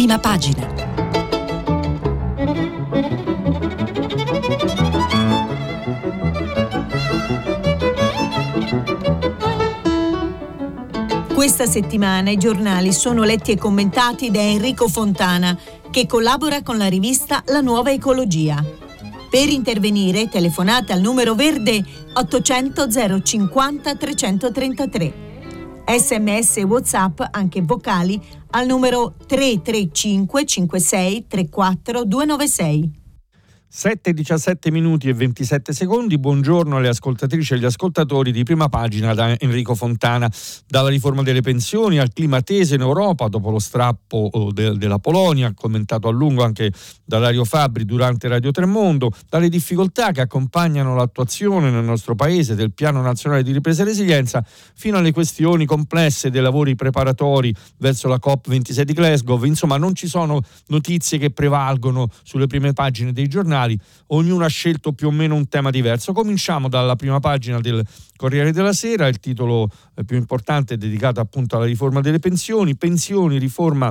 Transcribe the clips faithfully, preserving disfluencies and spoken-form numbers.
Prima pagina. Questa settimana i giornali sono letti e commentati da Enrico Fontana, che collabora con la rivista La Nuova Ecologia. Per intervenire telefonate al numero verde ottocento zero cinquanta trecentotrentatré. Sms e WhatsApp, anche vocali, al numero tre tre cinque cinque sei tre quattro due nove sei. sette e diciassette minuti e ventisette secondi. Buongiorno alle ascoltatrici e agli ascoltatori di Prima Pagina da Enrico Fontana. Dalla riforma delle pensioni al clima teso in Europa dopo lo strappo de- della Polonia, commentato a lungo anche da Dario Fabbri durante Radio Tremondo, dalle difficoltà che accompagnano l'attuazione nel nostro paese del Piano Nazionale di Ripresa e Resilienza, fino alle questioni complesse dei lavori preparatori verso la COP ventisei di Glasgow. Insomma, non ci sono notizie che prevalgono sulle prime pagine dei giornali. Ognuno ha scelto più o meno un tema diverso. Cominciamo dalla prima pagina del Corriere della Sera. Il titolo più importante è dedicato appunto alla riforma delle pensioni. Pensioni, riforma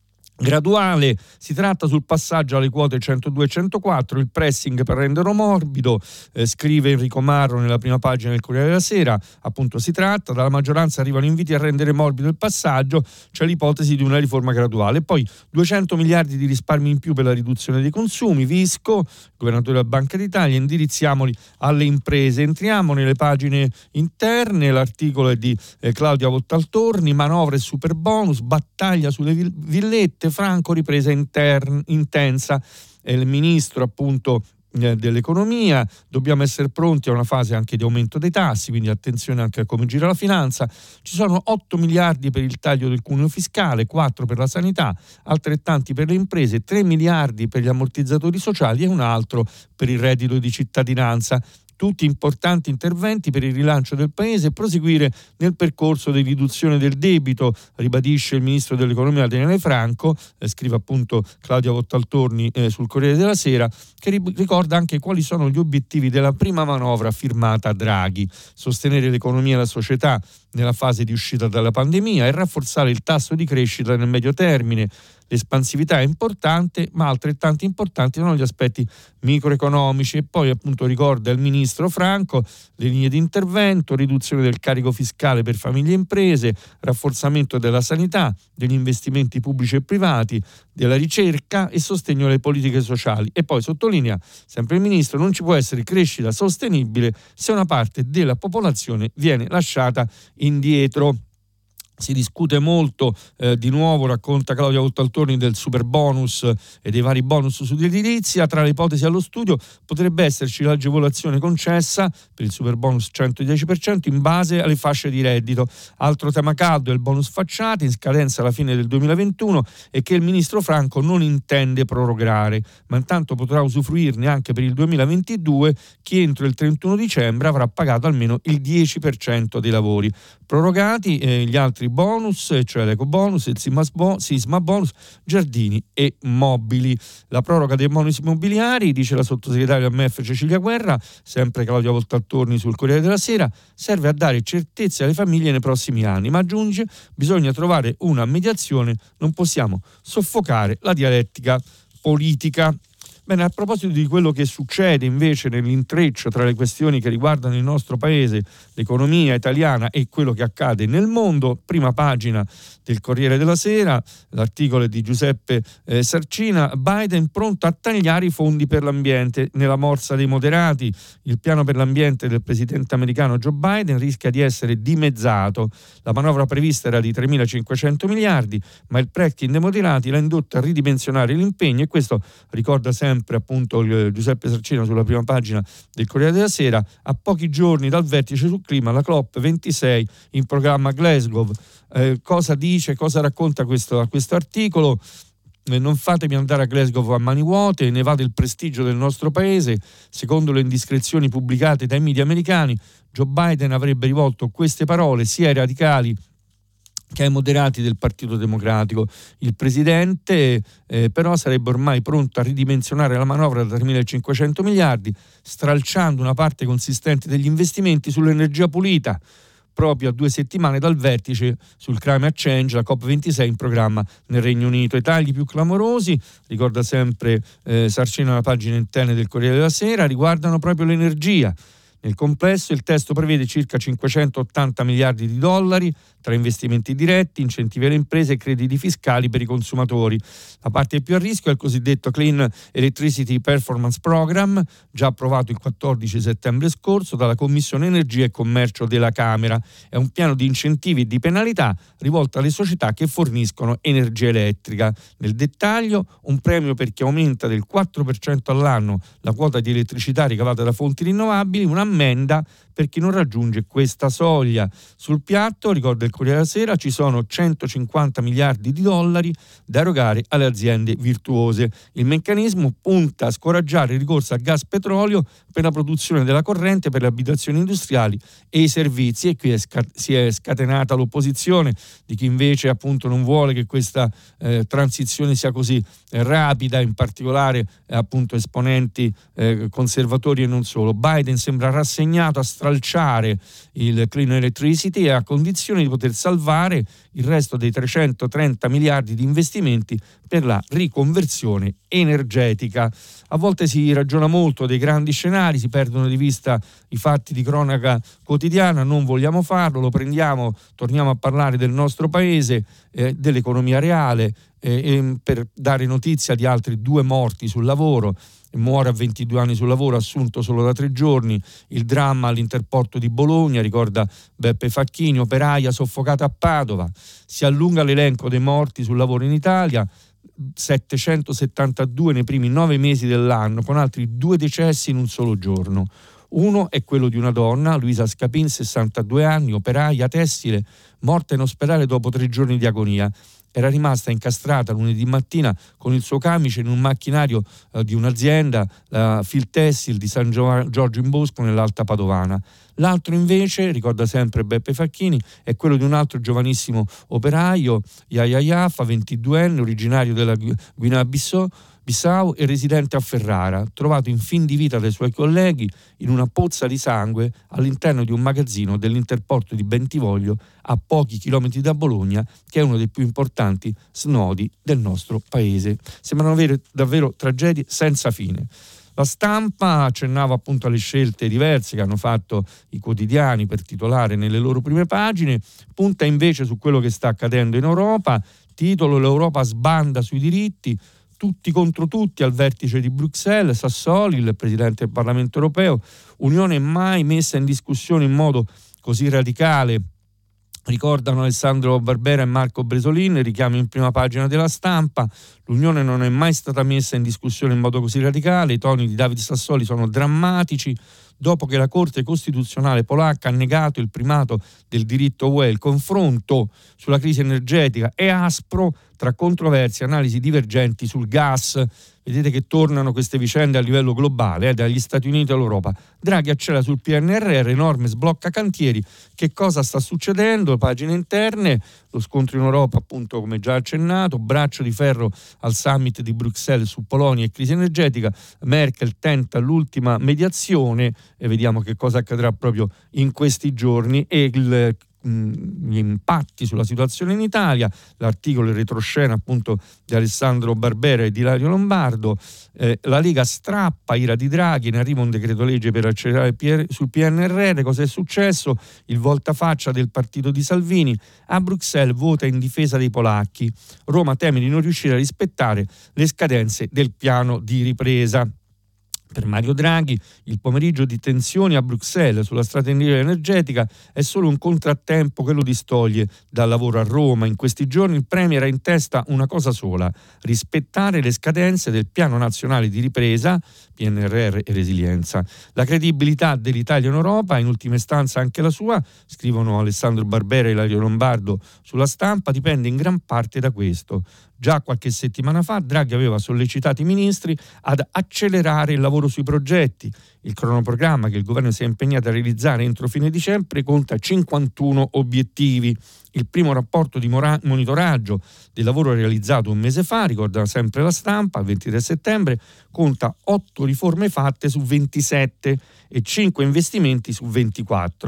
graduale, si tratta sul passaggio alle quote centodue e centoquattro, il pressing per renderlo morbido, eh, scrive Enrico Marro nella prima pagina del Corriere della Sera. Appunto si tratta, dalla maggioranza arrivano inviti a rendere morbido il passaggio, c'è l'ipotesi di una riforma graduale. Poi duecento miliardi di risparmi in più per la riduzione dei consumi, Visco, governatore della Banca d'Italia, indirizziamoli alle imprese. Entriamo nelle pagine interne, l'articolo è di eh, Claudia Voltaltorni, manovre e super bonus, battaglia sulle villette, Franco, ripresa intern- intensa. È il ministro appunto eh, dell'economia, dobbiamo essere pronti a una fase anche di aumento dei tassi, quindi attenzione anche a come gira la finanza. Ci sono otto miliardi per il taglio del cuneo fiscale, quattro per la sanità, altrettanti per le imprese, tre miliardi per gli ammortizzatori sociali e un altro per il reddito di cittadinanza. Tutti importanti interventi per il rilancio del paese e proseguire nel percorso di riduzione del debito, ribadisce il ministro dell'economia Daniele Franco, eh, scrive appunto Claudia Voltaltorni eh, sul Corriere della Sera, che ri- ricorda anche quali sono gli obiettivi della prima manovra firmata a Draghi: sostenere l'economia e la società nella fase di uscita dalla pandemia e rafforzare il tasso di crescita nel medio termine. L'espansività è importante, ma altrettanto importanti sono gli aspetti microeconomici. E poi appunto ricorda il ministro Franco le linee di intervento: riduzione del carico fiscale per famiglie e imprese, rafforzamento della sanità, degli investimenti pubblici e privati, della ricerca e sostegno alle politiche sociali. E poi sottolinea sempre il ministro: non ci può essere crescita sostenibile se una parte della popolazione viene lasciata indietro. Si discute molto, eh, di nuovo racconta Claudia Voltaltorni, del super bonus e dei vari bonus sull'edilizia. Tra le ipotesi allo studio potrebbe esserci l'agevolazione concessa per il super bonus centodieci per cento in base alle fasce di reddito. Altro tema caldo è il bonus facciate, in scadenza alla fine del duemilaventuno e che il ministro Franco non intende prorogare, ma intanto potrà usufruirne anche per il duemilaventidue chi entro il trentuno dicembre avrà pagato almeno il dieci per cento dei lavori prorogati. Eh, gli altri bonus, cioè l'eco bonus, il sisma bonus, giardini e mobili. La proroga dei bonus immobiliari, dice la sottosegretaria M F Cecilia Guerra, sempre Claudia Voltaltorni sul Corriere della Sera, serve a dare certezze alle famiglie nei prossimi anni, ma aggiunge: bisogna trovare una mediazione, non possiamo soffocare la dialettica politica. Bene, a proposito di quello che succede invece nell'intreccio tra le questioni che riguardano il nostro paese, l'economia italiana e quello che accade nel mondo, prima pagina del Corriere della Sera, l'articolo è di Giuseppe eh, Sarcina. Biden pronto a tagliare i fondi per l'ambiente. Nella morsa dei moderati, il piano per l'ambiente del presidente americano Joe Biden rischia di essere dimezzato. La manovra prevista era di tremilacinquecento miliardi, ma il Prexit dei moderati l'ha indotto a ridimensionare l'impegno, e questo ricorda sempre appunto il Giuseppe Sarcina sulla prima pagina del Corriere della Sera, a pochi giorni dal vertice sul clima, la COP ventisei in programma a Glasgow. Eh, cosa dice, cosa racconta questo, questo articolo? Eh, non fatemi andare a Glasgow a mani vuote, ne va del prestigio del nostro paese. Secondo le indiscrezioni pubblicate dai media americani, Joe Biden avrebbe rivolto queste parole sia ai radicali che ai moderati del Partito Democratico. Il presidente eh, però sarebbe ormai pronto a ridimensionare la manovra da tremilacinquecento miliardi, stralciando una parte consistente degli investimenti sull'energia pulita. proprio a due settimane dal vertice sul climate change, la COP ventisei in programma nel Regno Unito. I tagli più clamorosi, ricorda sempre eh, Saraceno alla pagina interna del Corriere della Sera, riguardano proprio l'energia. Nel complesso il testo prevede circa cinquecentottanta miliardi di dollari tra investimenti diretti, incentivi alle imprese e crediti fiscali per i consumatori. La parte più a rischio è il cosiddetto Clean Electricity Performance Program, già approvato il quattordici settembre scorso dalla Commissione Energia e Commercio della Camera. È un piano di incentivi e di penalità rivolto alle società che forniscono energia elettrica. Nel dettaglio, un premio per chi aumenta del quattro per cento all'anno la quota di elettricità ricavata da fonti rinnovabili, un'ammenda per chi non raggiunge questa soglia. Sul piatto, ricorda il Corriere della Sera, ci sono centocinquanta miliardi di dollari da erogare alle aziende virtuose. Il meccanismo punta a scoraggiare il ricorso a gas petrolio per la produzione della corrente per le abitazioni industriali e i servizi, e qui è sca- si è scatenata l'opposizione di chi invece appunto non vuole che questa eh, transizione sia così eh, rapida, in particolare eh, appunto esponenti eh, conservatori e non solo. Biden sembra rassegnato a stralciare il Clean Electricity e a condizione di poter salvare il resto dei trecentotrenta miliardi di investimenti per la riconversione energetica. A volte si ragiona molto dei grandi scenari, si perdono di vista i fatti di cronaca quotidiana, non vogliamo farlo, lo prendiamo, torniamo a parlare del nostro paese, eh, dell'economia reale, eh, per dare notizia di altri due morti sul lavoro. Muore a ventidue anni sul lavoro, assunto solo da tre giorni. Il dramma all'interporto di Bologna, ricorda Beppe Facchini, operaia soffocata a Padova. Si allunga l'elenco dei morti sul lavoro in Italia, settecentosettantadue nei primi nove mesi dell'anno, con altri due decessi in un solo giorno. Uno è quello di una donna, Luisa Scapin, sessantadue anni, operaia tessile, morta in ospedale dopo tre giorni di agonia. Era rimasta incastrata lunedì mattina con il suo camice in un macchinario eh, di un'azienda, la Filtessil di San Giorgio in Bosco, nell'Alta Padovana. L'altro invece, ricorda sempre Beppe Facchini, è quello di un altro giovanissimo operaio, Yahya Yaffa, ventiduenne, originario della Guinea-Bissau, Bissau e residente a Ferrara, trovato in fin di vita dai suoi colleghi in una pozza di sangue all'interno di un magazzino dell'interporto di Bentivoglio, a pochi chilometri da Bologna, che è uno dei più importanti snodi del nostro paese. Sembrano avere davvero tragedie senza fine. La Stampa accennava appunto alle scelte diverse che hanno fatto i quotidiani per titolare nelle loro prime pagine, punta invece su quello che sta accadendo in Europa. Titolo: l'Europa sbanda sui diritti, tutti contro tutti al vertice di Bruxelles. Sassoli, il presidente del Parlamento europeo, Unione mai messa in discussione in modo così radicale, ricordano Alessandro Barbera e Marco Bresolin, richiamo in prima pagina della Stampa. L'Unione non è mai stata messa in discussione in modo così radicale, i toni di David Sassoli sono drammatici. Dopo che la Corte Costituzionale polacca ha negato il primato del diritto U E, il confronto sulla crisi energetica è aspro tra controversie e analisi divergenti sul gas. Vedete che tornano queste vicende a livello globale, eh, dagli Stati Uniti all'Europa. Draghi accelera sul P N R R, enorme sblocca cantieri. Che cosa sta succedendo? Pagine interne, lo scontro in Europa, appunto come già accennato, braccio di ferro al summit di Bruxelles su Polonia e crisi energetica. Merkel tenta l'ultima mediazione e vediamo che cosa accadrà proprio in questi giorni, e il gli impatti sulla situazione in Italia, l'articolo in retroscena appunto di Alessandro Barbera e di Ilario Lombardo. Eh, la Lega strappa, ira di Draghi, ne arriva un decreto legge per accelerare sul P N R R. Cosa è successo? Il voltafaccia del partito di Salvini a Bruxelles vota in difesa dei polacchi. Roma teme di non riuscire a rispettare le scadenze del piano di ripresa. Per Mario Draghi il pomeriggio di tensioni a Bruxelles sulla strategia energetica è solo un contrattempo che lo distoglie dal lavoro a Roma. In questi giorni il Premier ha in testa una cosa sola: rispettare le scadenze del Piano Nazionale di Ripresa, P N R R e Resilienza. La credibilità dell'Italia in Europa, in ultima istanza anche la sua, scrivono Alessandro Barbera e Ilario Lombardo sulla Stampa, dipende in gran parte da questo. Già qualche settimana fa Draghi aveva sollecitato i ministri ad accelerare il lavoro sui progetti. Il cronoprogramma che il governo si è impegnato a realizzare entro fine dicembre conta cinquantuno obiettivi. Il primo rapporto di mora- monitoraggio del lavoro realizzato un mese fa, ricorda sempre la Stampa, il ventitré settembre, conta otto riforme fatte su ventisette e cinque investimenti su ventiquattro.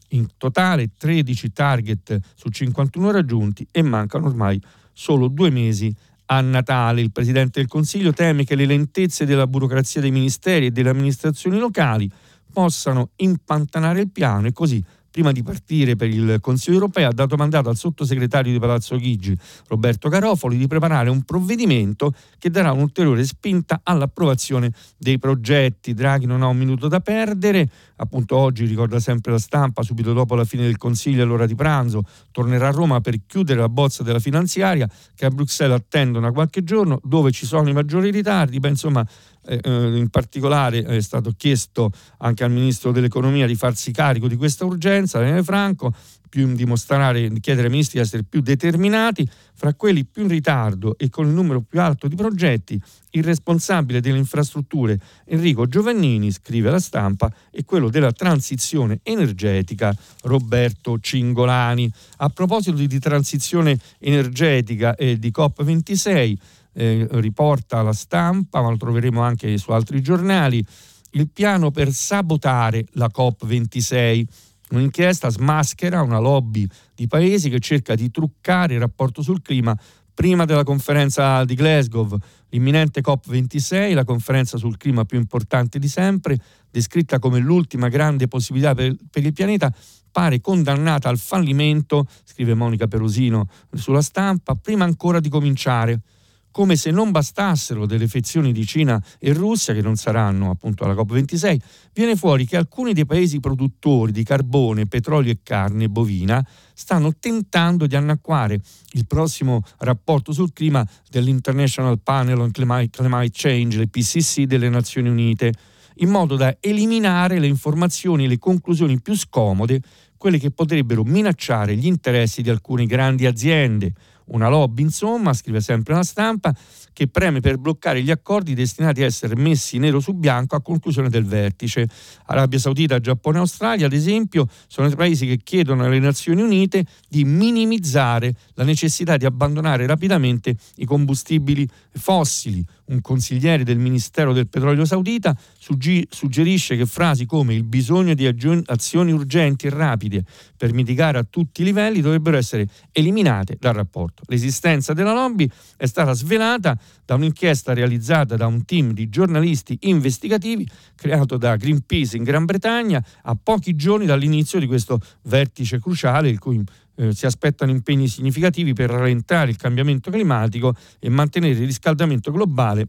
In totale tredici target su cinquantuno raggiunti e mancano ormai solo due mesi a Natale. Il Presidente del Consiglio teme che le lentezze della burocrazia dei ministeri e delle amministrazioni locali possano impantanare il piano e così, prima di partire per il Consiglio europeo, ha dato mandato al sottosegretario di Palazzo Chigi, Roberto Garofoli, di preparare un provvedimento che darà un'ulteriore spinta all'approvazione dei progetti. Draghi non ha un minuto da perdere, appunto oggi, ricorda sempre La Stampa, subito dopo la fine del Consiglio all'ora di pranzo, tornerà a Roma per chiudere la bozza della finanziaria che a Bruxelles attendono a qualche giorno, dove ci sono i maggiori ritardi. Beh, insomma, Eh, in particolare è stato chiesto anche al Ministro dell'Economia di farsi carico di questa urgenza, Daniele Franco, più dimostrare, chiedere ai ministri di essere più determinati. Fra quelli più in ritardo e con il numero più alto di progetti, il responsabile delle infrastrutture Enrico Giovannini, scrive La Stampa, e quello della transizione energetica Roberto Cingolani. A proposito di, di transizione energetica e di COP ventisei, Eh, riporta La Stampa, ma lo troveremo anche su altri giornali, il piano per sabotare la COP ventisei. Un'inchiesta smaschera una lobby di paesi che cerca di truccare il rapporto sul clima prima della conferenza di Glasgow. L'imminente COP ventisei, la conferenza sul clima più importante di sempre, descritta come l'ultima grande possibilità per, per il pianeta, pare condannata al fallimento, scrive Monica Perosino sulla Stampa, prima ancora di cominciare. Come se non bastassero le defezioni di Cina e Russia, che non saranno appunto alla COP ventisei, viene fuori che alcuni dei paesi produttori di carbone, petrolio e carne bovina stanno tentando di annacquare il prossimo rapporto sul clima dell'International Panel on Climate Change, l'I P C C delle Nazioni Unite, in modo da eliminare le informazioni e le conclusioni più scomode, quelle che potrebbero minacciare gli interessi di alcune grandi aziende. Una lobby, insomma, scrive sempre La Stampa, che preme per bloccare gli accordi destinati a essere messi nero su bianco a conclusione del vertice. Arabia Saudita, Giappone e Australia, ad esempio, sono i paesi che chiedono alle Nazioni Unite di minimizzare la necessità di abbandonare rapidamente i combustibili fossili. Un consigliere del Ministero del Petrolio Saudita suggerisce che frasi come il bisogno di azioni urgenti e rapide per mitigare a tutti i livelli dovrebbero essere eliminate dal rapporto. L'esistenza della lobby è stata svelata da un'inchiesta realizzata da un team di giornalisti investigativi creato da Greenpeace in Gran Bretagna a pochi giorni dall'inizio di questo vertice cruciale, il cui Eh, si aspettano impegni significativi per rallentare il cambiamento climatico e mantenere il riscaldamento globale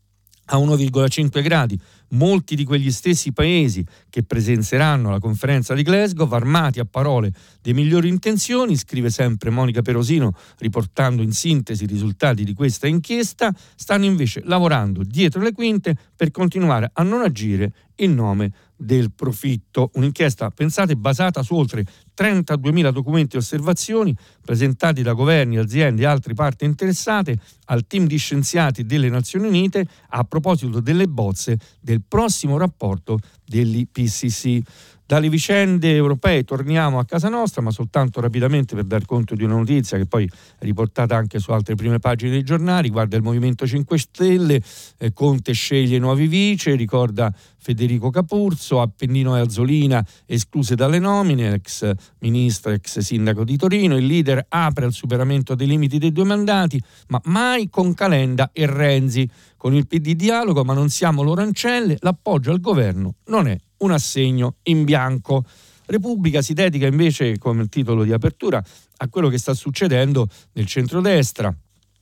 a uno virgola cinque gradi. Molti di quegli stessi paesi che presenzeranno alla conferenza di Glasgow, armati a parole delle migliori intenzioni, scrive sempre Monica Perosino, riportando in sintesi i risultati di questa inchiesta, stanno invece lavorando dietro le quinte per continuare a non agire in nome del profitto. Un'inchiesta, pensate, basata su oltre trentaduemila documenti e osservazioni presentati da governi, aziende e altre parti interessate al team di scienziati delle Nazioni Unite a proposito delle bozze del prossimo rapporto dell'I P C C. Dalle vicende europee torniamo a casa nostra, ma soltanto rapidamente per dar conto di una notizia che poi è riportata anche su altre prime pagine dei giornali, riguarda il Movimento cinque Stelle. eh, Conte sceglie nuovi vice, ricorda Federico Capurzo, Appennino e Azzolina escluse dalle nomine, ex ministro, ex sindaco di Torino. Il leader apre al superamento dei limiti dei due mandati, ma mai con Calenda e Renzi. Con il P D dialogo, ma non siamo loro ancelle, l'appoggio al governo non è un assegno in bianco. Repubblica si dedica invece, come titolo di apertura, a quello che sta succedendo nel centrodestra.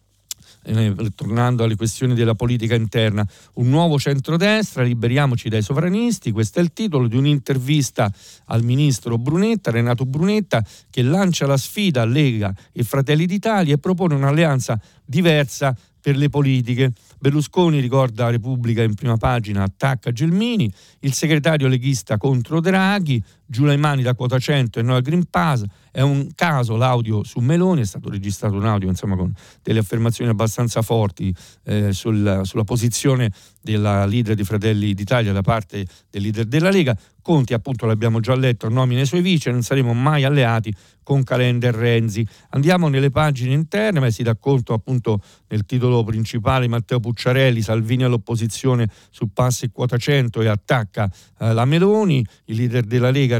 Eh, tornando alle questioni della politica interna, un nuovo centrodestra, liberiamoci dai sovranisti, questo è il titolo di un'intervista al ministro Brunetta, Renato Brunetta, che lancia la sfida a Lega e Fratelli d'Italia e propone un'alleanza diversa per le politiche. Berlusconi, ricorda Repubblica in prima pagina, attacca Gelmini, il segretario leghista contro Draghi, giù le mani da quota cento e no al Green Pass. È un caso l'audio su Meloni, è stato registrato un audio insomma con delle affermazioni abbastanza forti eh, sul, sulla posizione della leader di Fratelli d'Italia da parte del leader della Lega. Conti, appunto, l'abbiamo già letto, nomina i suoi vice, non saremo mai alleati con Calenda e Renzi. Andiamo nelle pagine interne, ma si dà conto appunto nel titolo principale Matteo Pucciarelli, Salvini all'opposizione su pass e quota cento e attacca eh, la Meloni. Il leader della Lega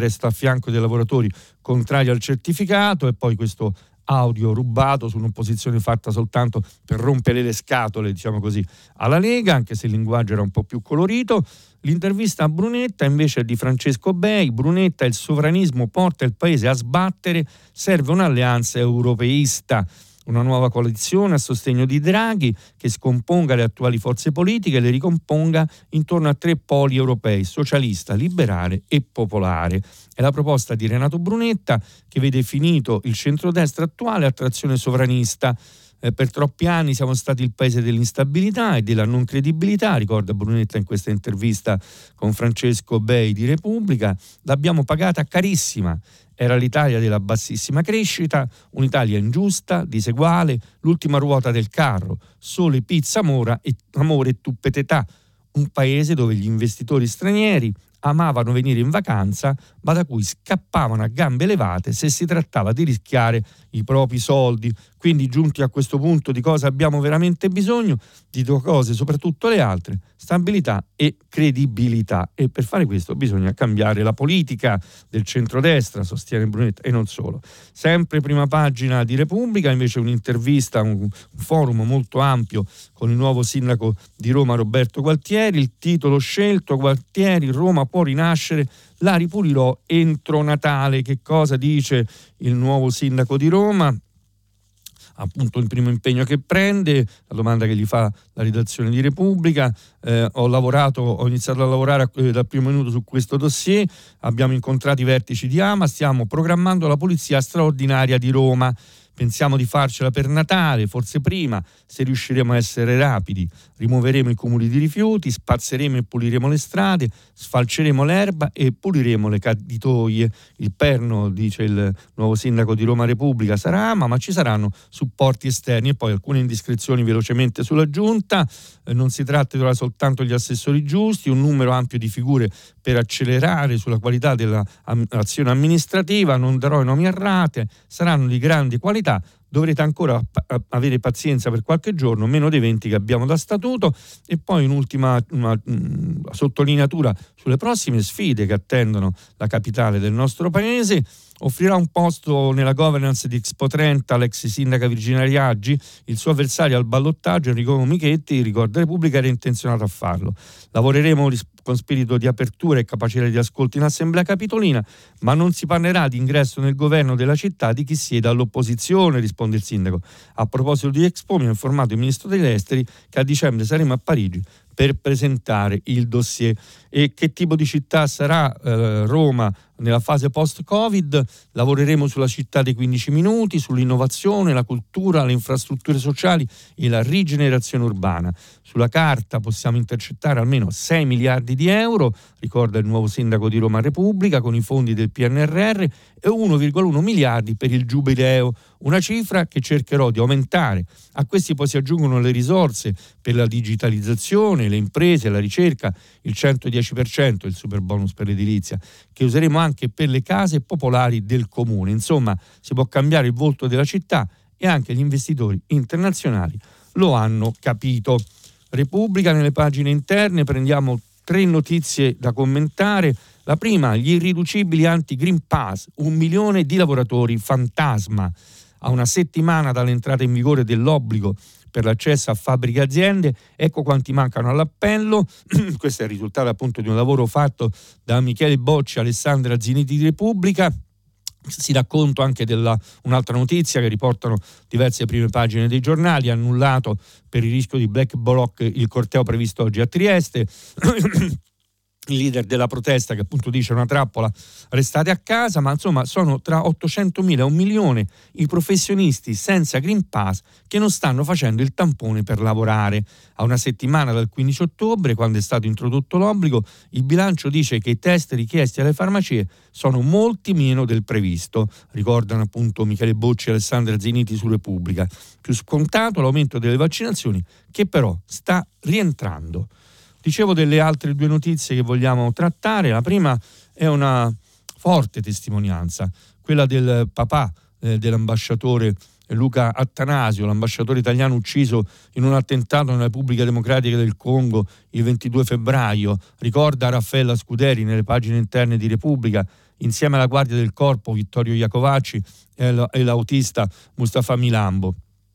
resta a fianco dei lavoratori contrari al certificato, e poi questo audio rubato su un'opposizione fatta soltanto per rompere le scatole, diciamo così, alla Lega, anche se il linguaggio era un po' più colorito. L'intervista a Brunetta invece è di Francesco Bei. Brunetta: il sovranismo porta il paese a sbattere, serve un'alleanza europeista, una nuova coalizione a sostegno di Draghi che scomponga le attuali forze politiche e le ricomponga intorno a tre poli europei: socialista, liberale e popolare. È la proposta di Renato Brunetta, che vede finito il centrodestra attuale a trazione sovranista. Eh, per troppi anni siamo stati il paese dell'instabilità e della non credibilità, ricorda Brunetta in questa intervista con Francesco Bei di Repubblica. L'abbiamo pagata carissima. Era l'Italia della bassissima crescita, un'Italia ingiusta, diseguale, l'ultima ruota del carro, sole, pizza, amore e, amore e tuppetetà. Un paese dove gli investitori stranieri amavano venire in vacanza, ma da cui scappavano a gambe levate se si trattava di rischiare i propri soldi. Quindi, giunti a questo punto, di cosa abbiamo veramente bisogno? Di due cose, soprattutto le altre: stabilità e credibilità. E per fare questo bisogna cambiare la politica del centrodestra, sostiene Brunetta, e non solo. Sempre prima pagina di Repubblica, invece, un'intervista, un, un forum molto ampio con il nuovo sindaco di Roma Roberto Gualtieri. Il titolo scelto: Gualtieri, Roma può rinascere, la ripulirò entro Natale. Che cosa dice il nuovo sindaco di Roma? Appunto il primo impegno che prende, la domanda che gli fa la redazione di Repubblica. Eh, ho lavorato, ho iniziato a lavorare eh, dal primo minuto su questo dossier, abbiamo incontrato i vertici di AMA, stiamo programmando la polizia straordinaria di Roma. Pensiamo di farcela per Natale, forse prima, se riusciremo a essere rapidi. Rimuoveremo i cumuli di rifiuti, spazzeremo e puliremo le strade, sfalceremo l'erba e puliremo le caditoie. Il perno, dice il nuovo sindaco di Roma Repubblica, sarà AMA, ma ci saranno supporti esterni. E poi alcune indiscrezioni velocemente sulla giunta. Eh, non si tratta di trovare soltanto gli assessori giusti, un numero ampio di figure per accelerare sulla qualità dell'azione amministrativa. Non darò i nomi a rate, saranno di grande qualità. Dovrete ancora pa- avere pazienza per qualche giorno, meno dei venti che abbiamo da statuto. E poi un'ultima una, mh, sottolineatura sulle prossime sfide che attendono la capitale del nostro paese. Offrirà un posto nella governance di Expo trenta l'ex sindaca Virginia Raggi. Il suo avversario al ballottaggio, Enrico Michetti, ricorda Repubblica, era intenzionato a farlo. Lavoreremo con spirito di apertura e capacità di ascolto in assemblea capitolina, ma non si parlerà di ingresso nel governo della città di chi siede all'opposizione, risponde il sindaco. A proposito di Expo, mi ha informato il ministro degli esteri che a dicembre saremo a Parigi per presentare il dossier. E che tipo di città sarà eh, Roma nella fase post-Covid? Lavoreremo sulla città dei quindici minuti, sull'innovazione, la cultura, le infrastrutture sociali e la rigenerazione urbana. Sulla carta possiamo intercettare almeno sei miliardi di euro, ricorda il nuovo sindaco di Roma Repubblica, con i fondi del P N R R, e uno virgola uno miliardi per il Giubileo, una cifra che cercherò di aumentare. A questi poi si aggiungono le risorse per la digitalizzazione, le imprese, la ricerca, il centodieci per cento, il super bonus per l'edilizia, che useremo anche per le case popolari del comune. Insomma, si può cambiare il volto della città e anche gli investitori internazionali lo hanno capito. Repubblica, nelle pagine interne prendiamo tre notizie da commentare. La prima: gli irriducibili anti-Green Pass, un milione di lavoratori fantasma. A una settimana dall'entrata in vigore dell'obbligo per l'accesso a fabbriche e aziende, ecco quanti mancano all'appello. Questo è il risultato appunto di un lavoro fatto da Michele Bocci e Alessandra Ziniti di Repubblica. Si dà conto anche della un'altra notizia che riportano diverse prime pagine dei giornali: annullato per il rischio di black bloc il corteo previsto oggi a Trieste. Il leader della protesta, che appunto dice una trappola, restate a casa, ma insomma sono tra ottocentomila e un milione i professionisti senza Green Pass che non stanno facendo il tampone per lavorare. A una settimana dal quindici ottobre, quando è stato introdotto l'obbligo, il bilancio dice che i test richiesti alle farmacie sono molti meno del previsto, ricordano appunto Michele Bocci e Alessandra Ziniti su Repubblica. Più scontato l'aumento delle vaccinazioni, che però sta rientrando. Dicevo delle altre due notizie che vogliamo trattare. La prima è una forte testimonianza, quella del papà eh, dell'ambasciatore Luca Attanasio, l'ambasciatore italiano ucciso in un attentato nella Repubblica Democratica del Congo il ventidue febbraio. Ricorda Raffaella Scuderi nelle pagine interne di Repubblica: insieme alla guardia del corpo Vittorio Iacovacci e l'autista Mustafa Milambo.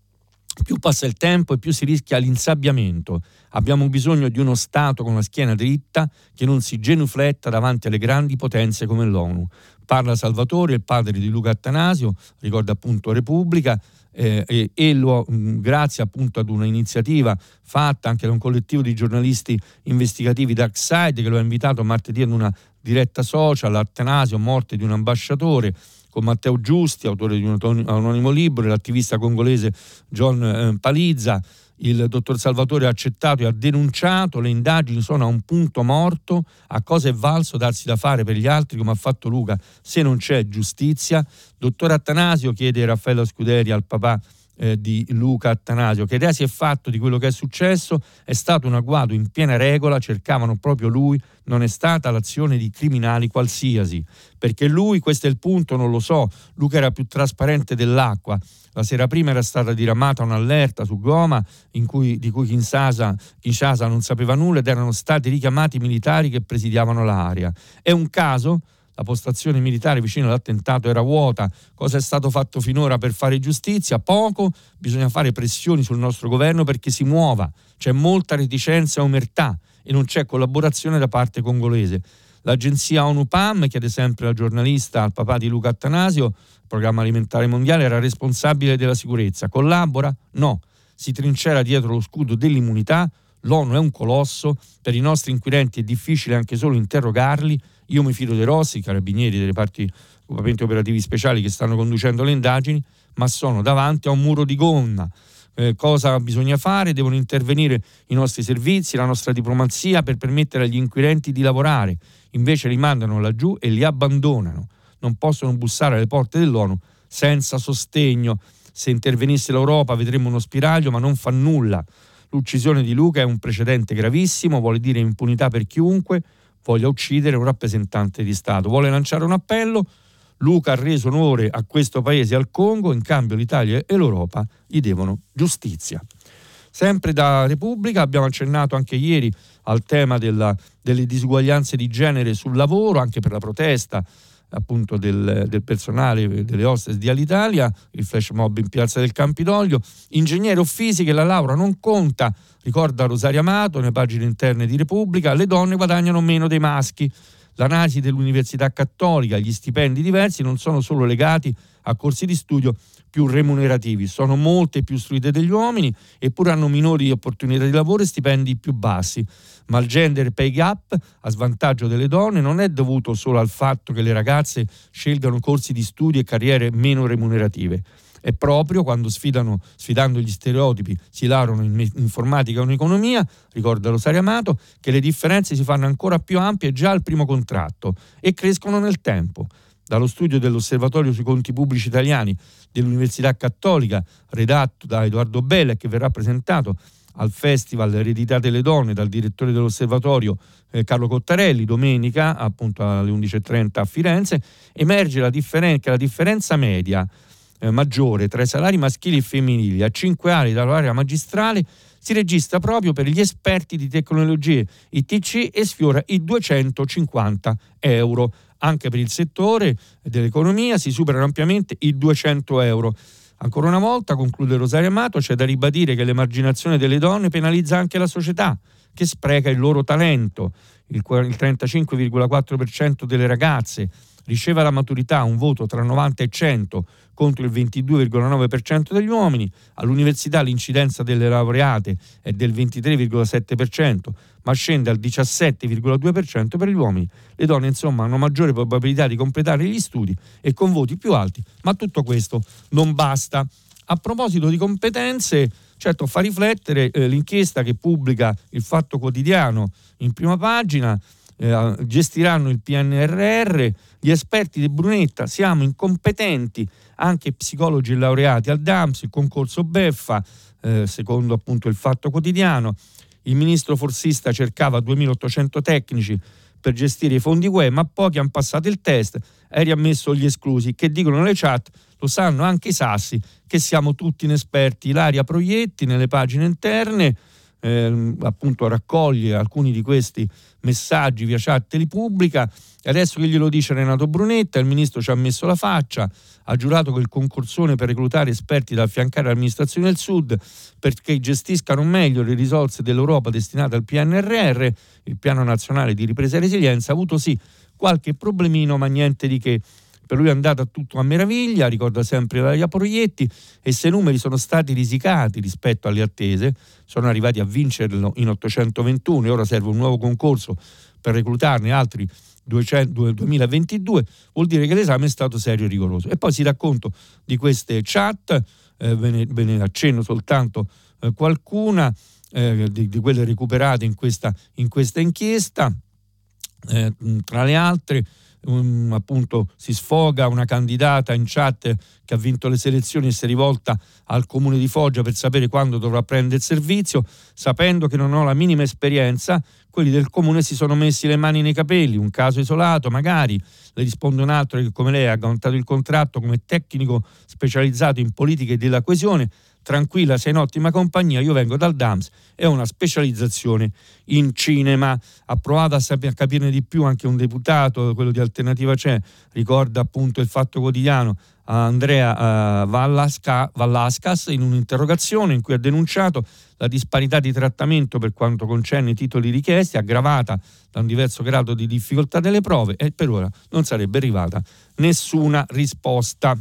Più passa il tempo e più si rischia l'insabbiamento. Abbiamo bisogno di uno Stato con la schiena dritta che non si genufletta davanti alle grandi potenze come l'ONU. Parla Salvatore, il padre di Luca Attanasio, ricorda appunto Repubblica, eh, e, e lo, mh, grazie appunto ad una iniziativa fatta anche da un collettivo di giornalisti investigativi Darkside, che lo ha invitato martedì ad una diretta social, Attanasio, morte di un ambasciatore, con Matteo Giusti, autore di un anonimo libro, e l'attivista congolese John eh, Palizza. Il dottor Salvatore ha accettato e ha denunciato, le indagini sono a un punto morto, a cosa è valso darsi da fare per gli altri come ha fatto Luca se non c'è giustizia? Dottor Attanasio, chiede Raffaella Scuderi al papà eh, di Luca Attanasio, che idea si è fatto di quello che è successo? È stato un agguato in piena regola, cercavano proprio lui, non è stata l'azione di criminali qualsiasi, perché lui, questo è il punto, non lo so, Luca era più trasparente dell'acqua. La sera prima era stata diramata un'allerta su Goma in cui, di cui Kinshasa, Kinshasa non sapeva nulla ed erano stati richiamati militari che presidiavano l'area. È un caso? La postazione militare vicino all'attentato era vuota. Cosa è stato fatto finora per fare giustizia? Poco. Bisogna fare pressioni sul nostro governo perché si muova. C'è molta reticenza e omertà e non c'è collaborazione da parte congolese. L'agenzia ONU P A M, chiede sempre la giornalista al papà di Luca Attanasio, Programma Alimentare Mondiale, era responsabile della sicurezza. Collabora? No. Si trincera dietro lo scudo dell'immunità. L'ONU è un colosso. Per i nostri inquirenti è difficile anche solo interrogarli. Io mi fido dei Rossi, carabinieri, dei reparti occupamenti operativi speciali che stanno conducendo le indagini, ma sono davanti a un muro di gomma. Eh, cosa bisogna fare? Devono intervenire i nostri servizi, la nostra diplomazia per permettere agli inquirenti di lavorare. Invece li mandano laggiù e li abbandonano. Non possono bussare alle porte dell'ONU senza sostegno. Se intervenisse l'Europa vedremmo uno spiraglio, ma non fa nulla. L'uccisione di Luca è un precedente gravissimo, vuole dire impunità per chiunque voglia uccidere un rappresentante di Stato. Vuole lanciare un appello? Luca ha reso onore a questo paese e al Congo, in cambio l'Italia e l'Europa gli devono giustizia. Sempre da Repubblica abbiamo accennato anche ieri al tema della, delle disuguaglianze di genere sul lavoro, anche per la protesta appunto del, del personale delle hostess di Alitalia, il flash mob in Piazza del Campidoglio. Ingegnere o fisiche, la laurea non conta, ricorda Rosaria Amato nelle pagine interne di Repubblica. Le donne guadagnano meno dei maschi. L'analisi dell'Università Cattolica, gli stipendi diversi non sono solo legati a corsi di studio più remunerativi, sono molte più istruite degli uomini, eppure hanno minori opportunità di lavoro e stipendi più bassi. Ma il gender pay gap a svantaggio delle donne non è dovuto solo al fatto che le ragazze scelgano corsi di studio e carriere meno remunerative. È proprio quando sfidano, sfidando gli stereotipi, si laureano in informatica o in economia, ricorda Rosaria Amato, che le differenze si fanno ancora più ampie già al primo contratto e crescono nel tempo. Dallo studio dell'Osservatorio sui conti pubblici italiani dell'Università Cattolica, redatto da Edoardo Bella e che verrà presentato al Festival Eredità delle Donne dal direttore dell'Osservatorio eh, Carlo Cottarelli domenica appunto alle undici e trenta a Firenze, emerge la differen- che la differenza media eh, maggiore tra i salari maschili e femminili a cinque anni dall'area magistrale si registra proprio per gli esperti di tecnologie I T C e sfiora i duecentocinquanta euro. Anche per il settore dell'economia si superano ampiamente i duecento euro. Ancora una volta, conclude Rosaria Amato, c'è da ribadire che l'emarginazione delle donne penalizza anche la società, che spreca il loro talento. Il trentacinque virgola quattro per cento delle ragazze riceve alla maturità un voto tra novanta e cento contro il ventidue virgola nove per cento degli uomini. All'università l'incidenza delle laureate è del ventitré virgola sette per cento, ma scende al diciassette virgola due per cento per gli uomini. Le donne, insomma, hanno maggiore probabilità di completare gli studi e con voti più alti, ma tutto questo non basta. A proposito di competenze, certo fa riflettere eh, l'inchiesta che pubblica il Fatto Quotidiano in prima pagina. Eh, gestiranno il P N R R gli esperti di Brunetta, siamo incompetenti, anche psicologi e laureati al D A M S, il concorso beffa, eh, secondo appunto il Fatto Quotidiano. Il ministro forsista cercava duemilaottocento tecnici per gestire i fondi U E, ma pochi hanno passato il test e riammesso gli esclusi, che dicono le chat, lo sanno anche i sassi, che siamo tutti inesperti. Ilaria Proietti nelle pagine interne eh, appunto raccoglie alcuni di questi messaggi via chat e li pubblica. E adesso che glielo dice Renato Brunetta, il ministro ci ha messo la faccia, ha giurato che il concorsone per reclutare esperti da affiancare all'amministrazione del Sud perché gestiscano meglio le risorse dell'Europa destinate al P N R R, il Piano Nazionale di Ripresa e Resilienza, ha avuto sì qualche problemino, ma niente di che. Per lui è andata tutto a meraviglia, ricorda sempre Ilaria Proietti, e se i numeri sono stati risicati rispetto alle attese, sono arrivati a vincerlo in ottocentoventuno e ora serve un nuovo concorso per reclutarne altri duecento, duemilaventidue, vuol dire che l'esame è stato serio e rigoroso. E poi si dà conto di queste chat, eh, ve, ne, ve ne accenno soltanto eh, qualcuna eh, di, di quelle recuperate in questa, in questa inchiesta, eh, tra le altre. Um, appunto si sfoga una candidata in chat che ha vinto le selezioni e si è rivolta al comune di Foggia per sapere quando dovrà prendere il servizio, sapendo che non ho la minima esperienza. Quelli del comune si sono messi le mani nei capelli, un caso isolato magari. Le risponde un altro che come lei ha agganciato il contratto come tecnico specializzato in politiche della coesione. Tranquilla, sei in ottima compagnia, io vengo dal D A M S e ho una specializzazione in cinema. Ha provato a, sapere, a capirne di più anche un deputato, quello di Alternativa C'è, ricorda appunto il Fatto Quotidiano, Andrea uh, Vallasca, Vallascas, in un'interrogazione in cui ha denunciato la disparità di trattamento per quanto concerne i titoli richiesti, aggravata da un diverso grado di difficoltà delle prove, e per ora non sarebbe arrivata nessuna risposta.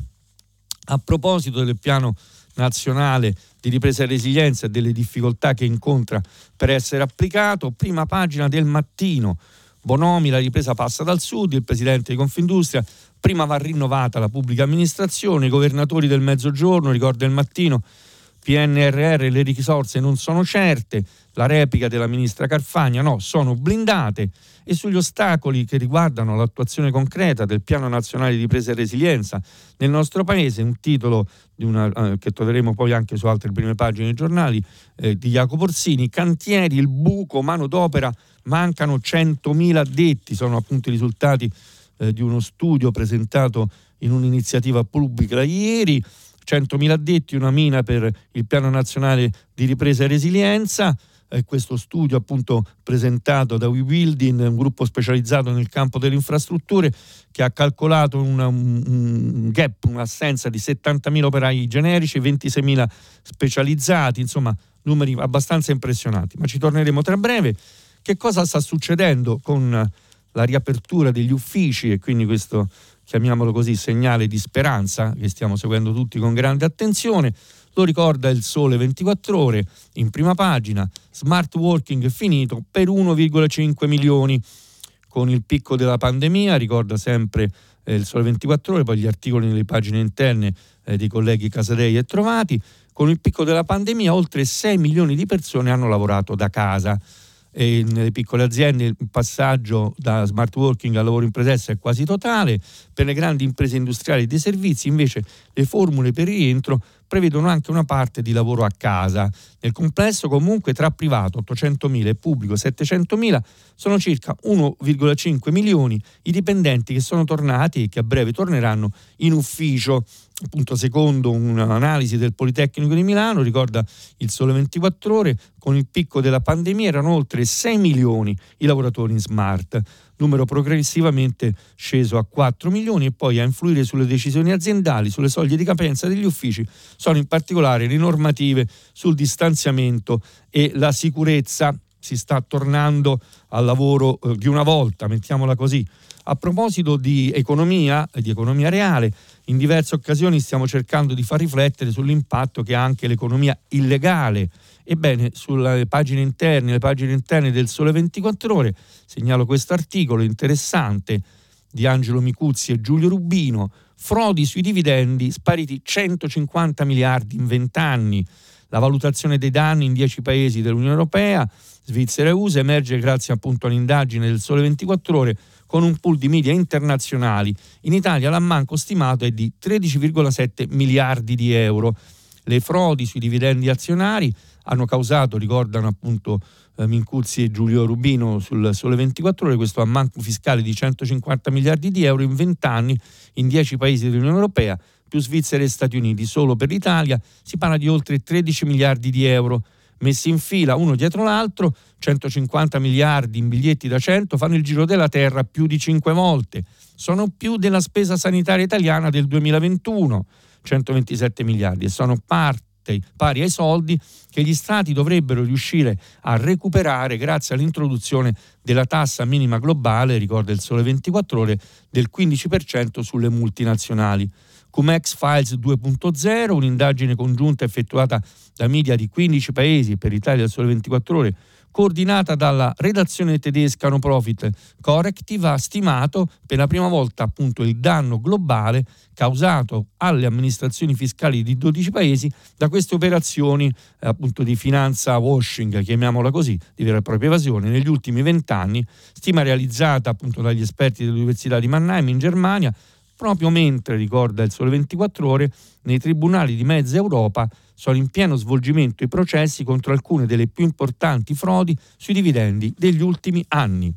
A proposito del piano nazionale di ripresa e resilienza e delle difficoltà che incontra per essere applicato, prima pagina del Mattino, Bonomi, la ripresa passa dal Sud, il presidente di Confindustria, prima va rinnovata la pubblica amministrazione, i governatori del Mezzogiorno, ricorda il Mattino, P N R R, le risorse non sono certe, la replica della ministra Carfagna, no, sono blindate. E sugli ostacoli che riguardano l'attuazione concreta del Piano Nazionale di Ripresa e Resilienza nel nostro Paese, un titolo di una, eh, che troveremo poi anche su altre prime pagine dei giornali, eh, di Jacopo Orsini, cantieri, il buco, manodopera, mancano centomila addetti, sono appunto i risultati eh, di uno studio presentato in un'iniziativa pubblica ieri, centomila addetti, una mina per il Piano Nazionale di Ripresa e Resilienza. Eh, questo studio appunto presentato da WeBuilding, un gruppo specializzato nel campo delle infrastrutture, che ha calcolato una, un, un gap, un'assenza di settantamila operai generici, ventiseimila specializzati, insomma numeri abbastanza impressionanti, ma ci torneremo tra breve. Che cosa sta succedendo con la riapertura degli uffici e quindi questo, chiamiamolo così, segnale di speranza che stiamo seguendo tutti con grande attenzione? Lo ricorda il Sole ventiquattro Ore in prima pagina, smart working finito per uno virgola cinque milioni. Con il picco della pandemia, ricorda sempre eh, il Sole ventiquattro Ore, poi gli articoli nelle pagine interne eh, dei colleghi Casadei e Trovati, con il picco della pandemia oltre sei milioni di persone hanno lavorato da casa. E nelle piccole aziende il passaggio da smart working al lavoro in presenza è quasi totale. Per le grandi imprese industriali e dei servizi invece le formule per il rientro prevedono anche una parte di lavoro a casa. Nel complesso comunque tra privato ottocentomila e pubblico settecentomila sono circa uno virgola cinque milioni i dipendenti che sono tornati e che a breve torneranno in ufficio. Appunto, secondo un'analisi del Politecnico di Milano, ricorda il Sole ventiquattro Ore, con il picco della pandemia erano oltre sei milioni i lavoratori in smart, numero progressivamente sceso a quattro milioni, e poi a influire sulle decisioni aziendali, sulle soglie di capienza degli uffici, sono in particolare le normative sul distanziamento e la sicurezza. Si sta tornando al lavoro eh, di una volta, mettiamola così. A proposito di economia e di economia reale, in diverse occasioni stiamo cercando di far riflettere sull'impatto che ha anche l'economia illegale. Ebbene, sulle pagine interne, le pagine interne del Sole ventiquattro Ore, segnalo questo articolo interessante di Angelo Micuzzi e Giulio Rubino, frodi sui dividendi, spariti centocinquanta miliardi in vent'anni. La valutazione dei danni in dieci paesi dell'Unione Europea, Svizzera e U S A, emerge grazie appunto all'indagine del Sole ventiquattro Ore con un pool di media internazionali. In Italia l'ammanco stimato è di tredici virgola sette miliardi di euro. Le frodi sui dividendi azionari hanno causato, ricordano appunto eh, Mincuzzi e Giulio Rubino sul Sole ventiquattro Ore, questo ammanco fiscale di centocinquanta miliardi di euro in vent'anni in dieci paesi dell'Unione Europea, più Svizzera e Stati Uniti. Solo per l'Italia si parla di oltre tredici miliardi di euro. messi in fila uno dietro l'altro, centocinquanta miliardi in biglietti da cento fanno il giro della terra più di cinque volte. Sono più della spesa sanitaria italiana del duemilaventuno, centoventisette miliardi, e sono parte pari ai soldi che gli stati dovrebbero riuscire a recuperare grazie all'introduzione della tassa minima globale, ricorda il Sole ventiquattro Ore, del quindici per cento sulle multinazionali. Cum-Ex Files due punto zero, un'indagine congiunta effettuata da media di quindici paesi per l'Italia del Sole ventiquattro Ore, coordinata dalla redazione tedesca no profit Corrective, ha stimato per la prima volta appunto il danno globale causato alle amministrazioni fiscali di dodici paesi da queste operazioni eh, appunto di finanza washing, chiamiamola così, di vera e propria evasione, negli ultimi vent'anni, stima realizzata appunto dagli esperti dell'Università di Mannheim in Germania, proprio mentre, ricorda il Sole ventiquattro Ore, nei tribunali di mezza Europa sono in pieno svolgimento i processi contro alcune delle più importanti frodi sui dividendi degli ultimi anni.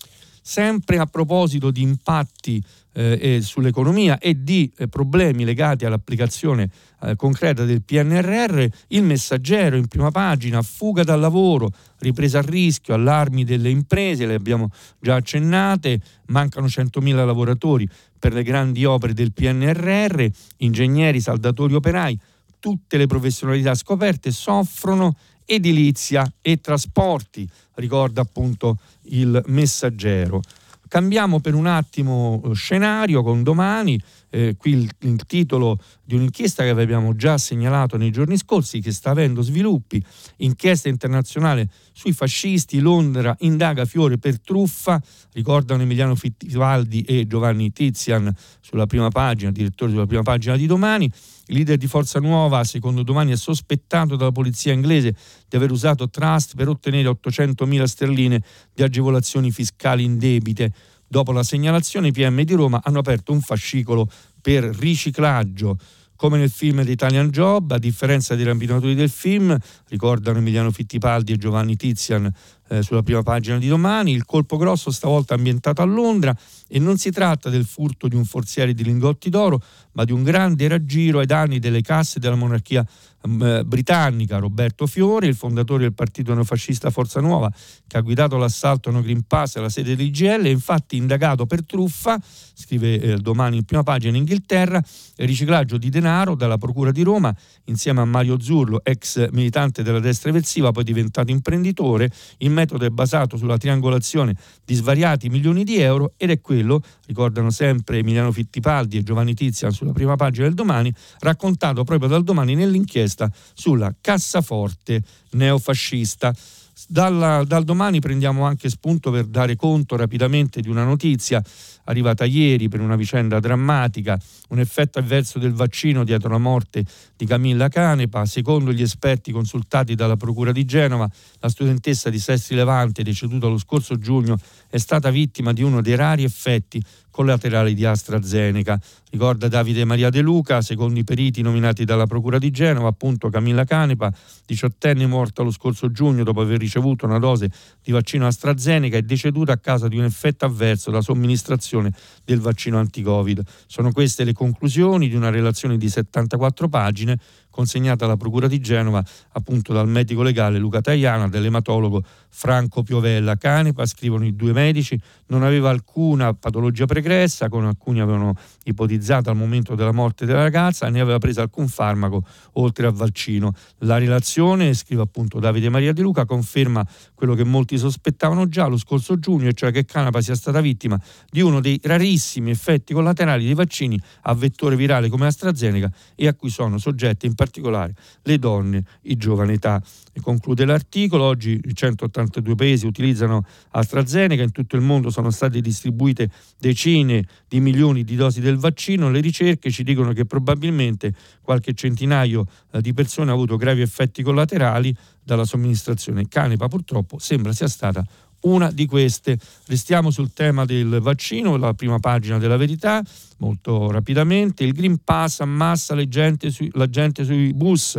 Sempre a proposito di impatti eh, sull'economia e di eh, problemi legati all'applicazione eh, concreta del P N R R, il Messaggero in prima pagina: fuga dal lavoro, ripresa a rischio, allarmi delle imprese, le abbiamo già accennate, mancano centomila lavoratori per le grandi opere del P N R R, ingegneri, saldatori, operai, tutte le professionalità scoperte soffrono, edilizia e trasporti, ricorda appunto il Messaggero. Cambiamo per un attimo scenario con Domani, eh, qui il, il titolo di un'inchiesta che abbiamo già segnalato nei giorni scorsi, che sta avendo sviluppi. Inchiesta internazionale sui fascisti, Londra indaga Fiore per truffa, ricordano Emiliano Fittipaldi e Giovanni Tizian sulla prima pagina, direttori sulla prima pagina di Domani. Il leader di Forza Nuova, secondo Domani, è sospettato dalla polizia inglese di aver usato trust per ottenere ottocentomila sterline di agevolazioni fiscali indebite. Dopo la segnalazione, i P M di Roma hanno aperto un fascicolo per riciclaggio. Come nel film The Italian Job, a differenza dei rapinatori del film, ricordano Emiliano Fittipaldi e Giovanni Tizian eh, sulla prima pagina di Domani, il colpo grosso stavolta ambientato a Londra, e non si tratta del furto di un forziere di lingotti d'oro, ma di un grande raggiro ai danni delle casse della monarchia eh, britannica. Roberto Fiore, il fondatore del partito neofascista Forza Nuova, che ha guidato l'assalto a No Green Pass alla sede dell'I G L, è infatti indagato per truffa, scrive eh, Domani in prima pagina, in Inghilterra, e riciclaggio di denaro dalla Procura di Roma, insieme a Mario Zurlo, ex militante della destra eversiva, poi diventato imprenditore. Il metodo è basato sulla triangolazione di svariati milioni di euro ed è quello, ricordano sempre Emiliano Fittipaldi e Giovanni Tizian sulla prima pagina del Domani, raccontato proprio dal Domani nell'inchiesta sulla cassaforte neofascista. Dalla, dal Domani prendiamo anche spunto per dare conto rapidamente di una notizia arrivata ieri per una vicenda drammatica, un effetto avverso del vaccino dietro la morte di Camilla Canepa. Secondo gli esperti consultati dalla Procura di Genova, la studentessa di Sestri Levante, deceduta lo scorso giugno, è stata vittima di uno dei rari effetti collaterali di AstraZeneca. Ricorda Davide Maria De Luca, secondo i periti nominati dalla Procura di Genova, appunto Camilla Canepa, diciottenne, morta lo scorso giugno dopo aver ricevuto una dose di vaccino AstraZeneca, è deceduta a causa di un effetto avverso da somministrazione del vaccino anti-Covid. Sono queste le conclusioni di una relazione di settantaquattro pagine consegnata alla Procura di Genova appunto dal medico legale Luca Tajana, dall'ematologo Franco Piovella. Canepa, scrivono i due medici, non aveva alcuna patologia pregressa, con alcuni avevano ipotizzato al momento della morte della ragazza, né aveva preso alcun farmaco oltre al vaccino. La relazione, scrive appunto Davide Maria De Luca, conferma quello che molti sospettavano già lo scorso giugno, e cioè che Canepa sia stata vittima di uno dei rarissimi effetti collaterali dei vaccini a vettore virale come AstraZeneca, e a cui sono soggette in particolare le donne in giovane età. E conclude l'articolo: oggi centottantadue paesi utilizzano AstraZeneca, in tutto il mondo sono state distribuite decine di milioni di dosi del vaccino. Le ricerche ci dicono che probabilmente qualche centinaio di persone ha avuto gravi effetti collaterali dalla somministrazione. Canepa purtroppo sembra sia stata una di queste. Restiamo sul tema del vaccino, la prima pagina della Verità, molto rapidamente. Il Green Pass ammassa le gente sui, la gente sui bus.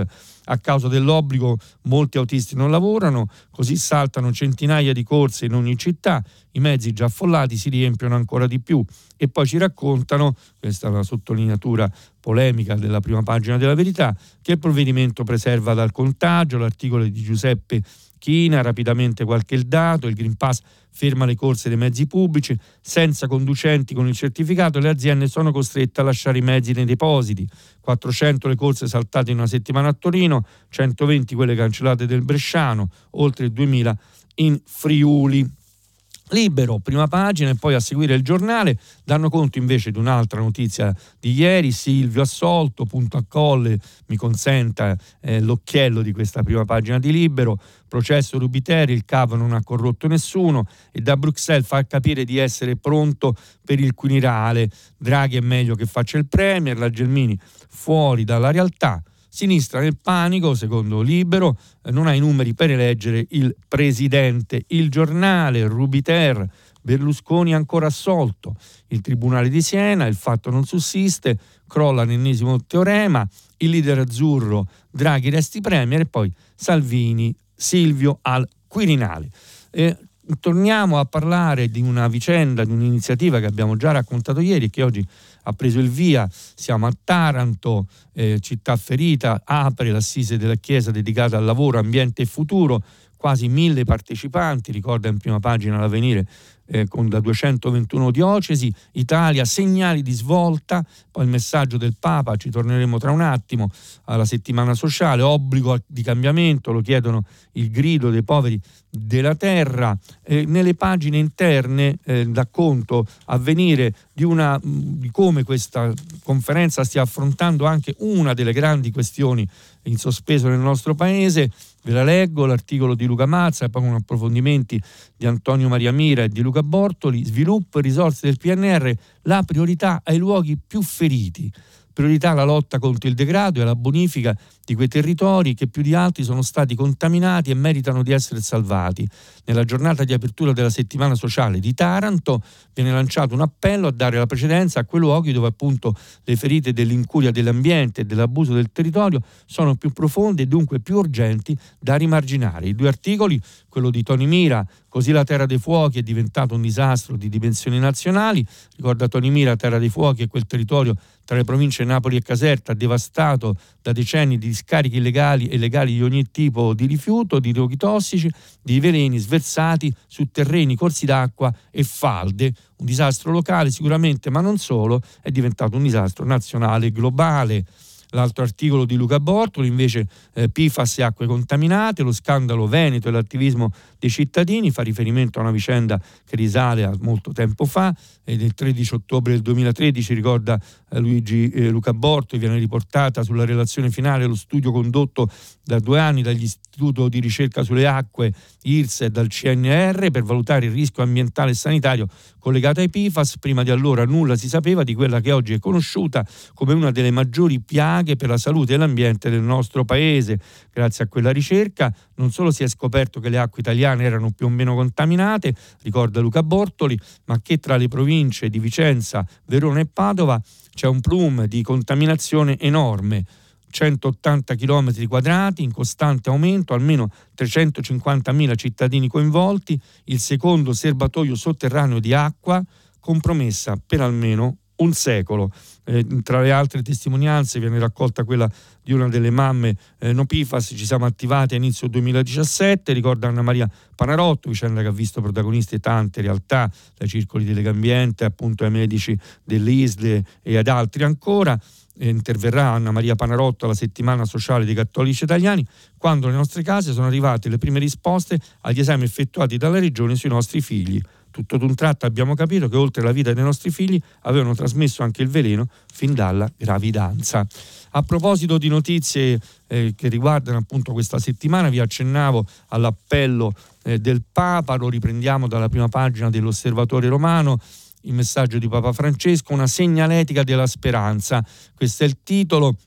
A causa dell'obbligo molti autisti non lavorano, così saltano centinaia di corse in ogni città, i mezzi già affollati si riempiono ancora di più. E poi ci raccontano, questa è una sottolineatura polemica della prima pagina della Verità, che il provvedimento preserva dal contagio. L'articolo è di Giuseppe China, rapidamente qualche dato: il Green Pass ferma le corse dei mezzi pubblici, senza conducenti con il certificato le aziende sono costrette a lasciare i mezzi nei depositi, quattrocento le corse saltate in una settimana a Torino, centoventi quelle cancellate del Bresciano, oltre duemila in Friuli. Libero, prima pagina, e poi a seguire il Giornale danno conto invece di un'altra notizia di ieri: Silvio assolto, punto a colle, mi consenta eh, l'occhiello di questa prima pagina di Libero, processo Rubiteri, il capo non ha corrotto nessuno e da Bruxelles fa capire di essere pronto per il Quirinale, Draghi è meglio che faccia il Premier, la Gelmini fuori dalla realtà. Sinistra nel panico, secondo Libero, eh, non ha i numeri per eleggere il presidente. Il Giornale, Rubiter, Berlusconi ancora assolto. Il Tribunale di Siena, il fatto non sussiste, crolla l'ennesimo teorema, il leader azzurro, Draghi resti premier, e poi Salvini, Silvio al Quirinale. Eh, torniamo a parlare di una vicenda, di un'iniziativa che abbiamo già raccontato ieri e che oggi ha preso il via. Siamo a Taranto, eh, città ferita, apre l'Assise della Chiesa dedicata al lavoro, ambiente e futuro, quasi mille partecipanti, ricorda in prima pagina l'Avvenire, eh, con da duecentoventuno diocesi, Italia, segnali di svolta, poi il messaggio del Papa, ci torneremo tra un attimo, alla settimana sociale, obbligo di cambiamento, lo chiedono il grido dei poveri della terra. Eh, nelle pagine interne eh, dà conto Avvenire di, una, di come questa conferenza stia affrontando anche una delle grandi questioni in sospeso nel nostro paese. Ve la leggo, l'articolo di Luca Mazza e poi con approfondimenti di Antonio Maria Mira e di Luca Bortoli. Sviluppo e risorse del P N R, la priorità ai luoghi più feriti. Priorità alla lotta contro il degrado e alla bonifica di quei territori che più di altri sono stati contaminati e meritano di essere salvati. Nella giornata di apertura della settimana sociale di Taranto viene lanciato un appello a dare la precedenza a quei luoghi dove appunto le ferite dell'incuria dell'ambiente e dell'abuso del territorio sono più profonde e dunque più urgenti da rimarginare. I due articoli, quello di Toni Mira, così la Terra dei Fuochi è diventato un disastro di dimensioni nazionali. Ricorda Toni Mira, Terra dei Fuochi è quel territorio tra le province Napoli e Caserta devastato da decenni di scarichi illegali e legali di ogni tipo di rifiuto, di roghi tossici, di veleni sversati su terreni, corsi d'acqua e falde. Un disastro locale sicuramente, ma non solo, è diventato un disastro nazionale e globale. L'altro articolo di Luca Bortoli invece, eh, P F A S e acque contaminate, lo scandalo veneto e l'attivismo dei cittadini, fa riferimento a una vicenda che risale a molto tempo fa, e del tredici ottobre del duemilatredici, ricorda eh, Luigi eh, Luca Bortoli, viene riportata sulla relazione finale lo studio condotto da due anni dall'Istituto di ricerca sulle acque I R S E e dal C N R per valutare il rischio ambientale e sanitario collegato ai P F A S. Prima di allora nulla si sapeva di quella che oggi è conosciuta come una delle maggiori piaghe per la salute e l'ambiente del nostro paese. Grazie a quella ricerca non solo si è scoperto che le acque italiane erano più o meno contaminate, ricorda Luca Bortoli, ma che tra le province di Vicenza, Verona e Padova c'è un plume di contaminazione enorme. centottanta chilometri quadrati in costante aumento, almeno trecentocinquantamila cittadini coinvolti, il secondo serbatoio sotterraneo di acqua, compromessa per almeno un secolo. Eh, tra le altre testimonianze viene raccolta quella di una delle mamme eh, no P F A S. Ci siamo attivati a inizio duemiladiciassette, ricorda Anna Maria Panarotto, vicenda che ha visto protagoniste tante realtà, dai circoli di Legambiente appunto ai medici dell'I S L E e ad altri ancora. Eh, interverrà Anna Maria Panarotto alla settimana sociale dei cattolici italiani, quando alle nostre case sono arrivate le prime risposte agli esami effettuati dalla regione sui nostri figli. Tutto d'un tratto abbiamo capito che oltre alla vita dei nostri figli avevano trasmesso anche il veleno fin dalla gravidanza. A proposito di notizie eh, che riguardano appunto questa settimana, vi accennavo all'appello eh, del Papa, lo riprendiamo dalla prima pagina dell'Osservatore Romano. Il messaggio di Papa Francesco, una segnaletica della speranza. Questo è il titolo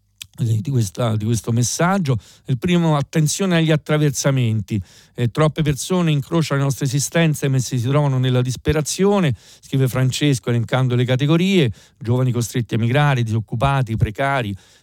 di, questa, di questo messaggio. Il primo, attenzione agli attraversamenti. Eh, troppe persone incrociano le nostre esistenze mentre si trovano nella disperazione, scrive Francesco elencando le categorie: giovani costretti a migrare, disoccupati, precari,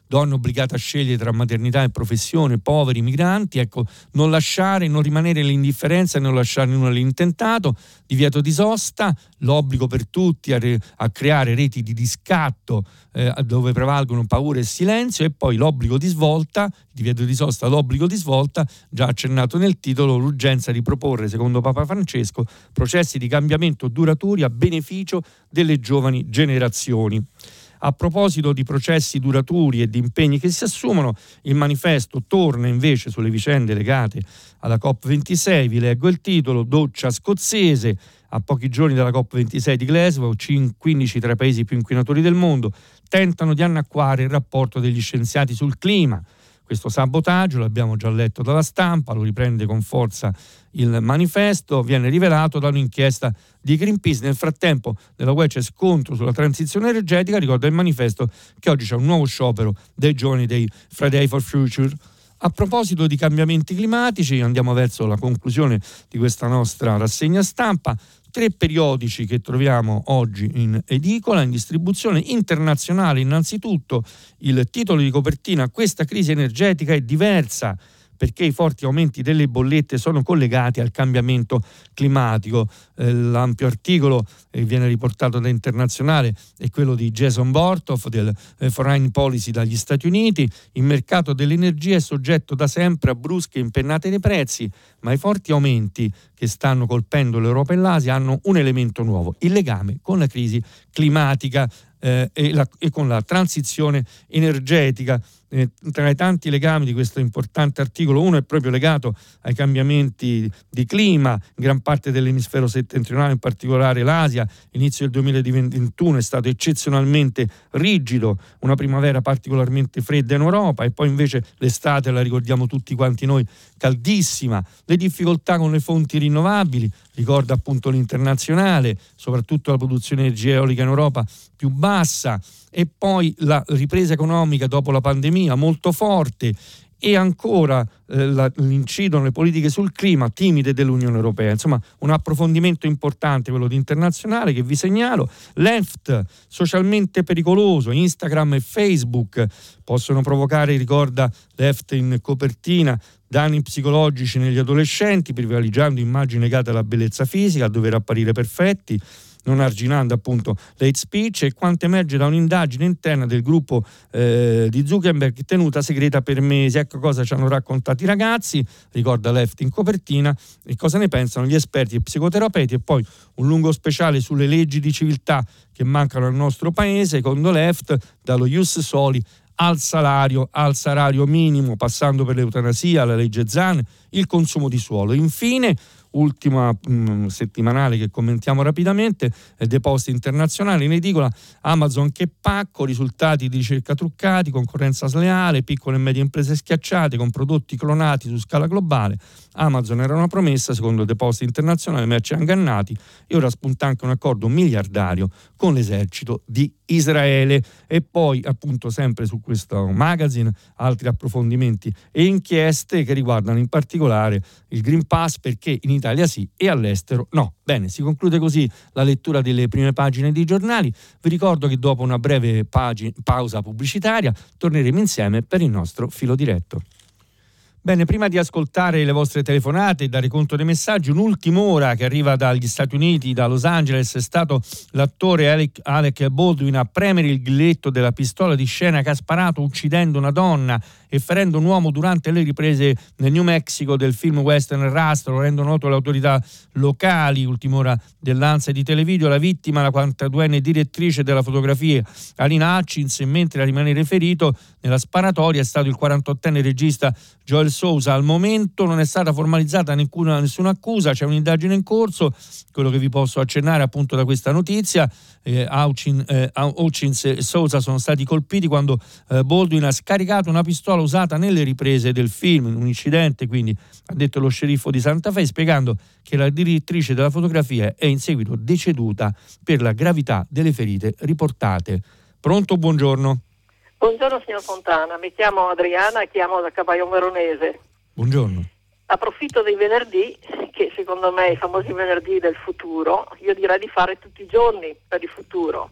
donne obbligate a scegliere tra maternità e professione, poveri, migranti, ecco, non lasciare, non rimanere nell'indifferenza e non lasciare nulla all'intentato, divieto di sosta, l'obbligo per tutti a, re, a creare reti di riscatto eh, dove prevalgono paura e silenzio, e poi l'obbligo di svolta, divieto di sosta, l'obbligo di svolta, già accennato nel titolo, l'urgenza di proporre, secondo Papa Francesco, processi di cambiamento duraturi a beneficio delle giovani generazioni. A proposito di processi duraturi e di impegni che si assumono, il manifesto torna invece sulle vicende legate alla COP ventisei. Vi leggo il titolo: doccia scozzese. A pochi giorni dalla COP ventisei di Glasgow, quindici tra i paesi più inquinatori del mondo tentano di annacquare il rapporto degli scienziati sul clima. Questo sabotaggio, l'abbiamo già letto dalla stampa, lo riprende con forza il manifesto, viene rivelato da un'inchiesta di Greenpeace. Nel frattempo nella U E c'è scontro sulla transizione energetica. Ricorda il manifesto che oggi c'è un nuovo sciopero dei giovani dei Friday for Future. A proposito di cambiamenti climatici, andiamo verso la conclusione di questa nostra rassegna stampa. Tre periodici che troviamo oggi in edicola, in distribuzione internazionale. Innanzitutto il titolo di copertina: questa crisi energetica è diversa perché i forti aumenti delle bollette sono collegati al cambiamento climatico. Eh, l'ampio articolo eh, viene riportato da Internazionale, è quello di Jason Bortoff del eh, Foreign Policy dagli Stati Uniti. Il mercato dell'energia è soggetto da sempre a brusche impennate dei prezzi, ma i forti aumenti che stanno colpendo l'Europa e l'Asia hanno un elemento nuovo: il legame con la crisi climatica eh, e, la, e con la transizione energetica. Eh, tra i tanti legami di questo importante articolo, uno è proprio legato ai cambiamenti di clima. In gran parte dell'emisfero settentrionale, in particolare l'Asia, l'inizio del duemilaventuno è stato eccezionalmente rigido, una primavera particolarmente fredda in Europa, e poi invece l'estate, la ricordiamo tutti quanti noi, caldissima. Le difficoltà con le fonti rinnovabili, ricorda appunto l'Internazionale, soprattutto la produzione di energia eolica in Europa più bassa, e poi la ripresa economica dopo la pandemia molto forte, e ancora eh, la, incidono le politiche sul clima timide dell'Unione Europea. Insomma, un approfondimento importante quello di Internazionale che vi segnalo. L'E F T, socialmente pericoloso, Instagram e Facebook possono provocare, ricorda l'E F T in copertina, danni psicologici negli adolescenti, privilegiando immagini legate alla bellezza fisica, a dover apparire perfetti, non arginando appunto l'hate speech, e quanto emerge da un'indagine interna del gruppo eh, di Zuckerberg tenuta segreta per mesi. Ecco cosa ci hanno raccontato i ragazzi, ricorda l'E F T in copertina, e cosa ne pensano gli esperti e psicoterapeuti, e poi un lungo speciale sulle leggi di civiltà che mancano al nostro paese, secondo l'E F T, dallo ius soli al salario, al salario minimo, passando per l'eutanasia, la legge Zan, il consumo di suolo. Infine, ultima mh, settimanale che commentiamo rapidamente, è Deposit Internazionale in edicola: Amazon che pacco, risultati di ricerca truccati, concorrenza sleale, piccole e medie imprese schiacciate con prodotti clonati su scala globale. Amazon era una promessa, secondo Deposit Internazionale, merci ingannati, e ora spunta anche un accordo miliardario con l'esercito di Israele. E poi appunto sempre su questo magazine altri approfondimenti e inchieste che riguardano in particolare il Green Pass, perché in Italia sì e all'estero no. Bene, si conclude così la lettura delle prime pagine dei giornali. Vi ricordo che dopo una breve pagi- pausa pubblicitaria torneremo insieme per il nostro filo diretto. Bene, prima di ascoltare le vostre telefonate e dare conto dei messaggi, un'ultima ora che arriva dagli Stati Uniti, da Los Angeles. È stato l'attore Alec, Alec Baldwin a premere il grilletto della pistola di scena che ha sparato uccidendo una donna e ferendo un uomo durante le riprese nel New Mexico del film western Rust. Lo rendono noto le autorità locali. Ultima ora dell'Ansa di Televideo. La vittima, la quarantaduenne direttrice della fotografia Alina Hutchins, mentre a rimanere ferito nella sparatoria è stato il quarantottenne regista Joel Sousa. Al momento non è stata formalizzata nessuna, nessuna accusa, c'è un'indagine in corso. Quello che vi posso accennare appunto da questa notizia, eh, Hutchins, eh, Hutchins e Sousa sono stati colpiti quando eh, Baldwin ha scaricato una pistola usata nelle riprese del film, in un incidente, quindi ha detto lo sceriffo di Santa Fe, spiegando che la direttrice della fotografia è in seguito deceduta per la gravità delle ferite riportate. Pronto, buongiorno. Buongiorno signor Fontana, mi chiamo Adriana, chiamo da Capaglione Veronese. Buongiorno. Approfitto dei venerdì, che secondo me i famosi venerdì del futuro, io direi di fare tutti i giorni per il futuro.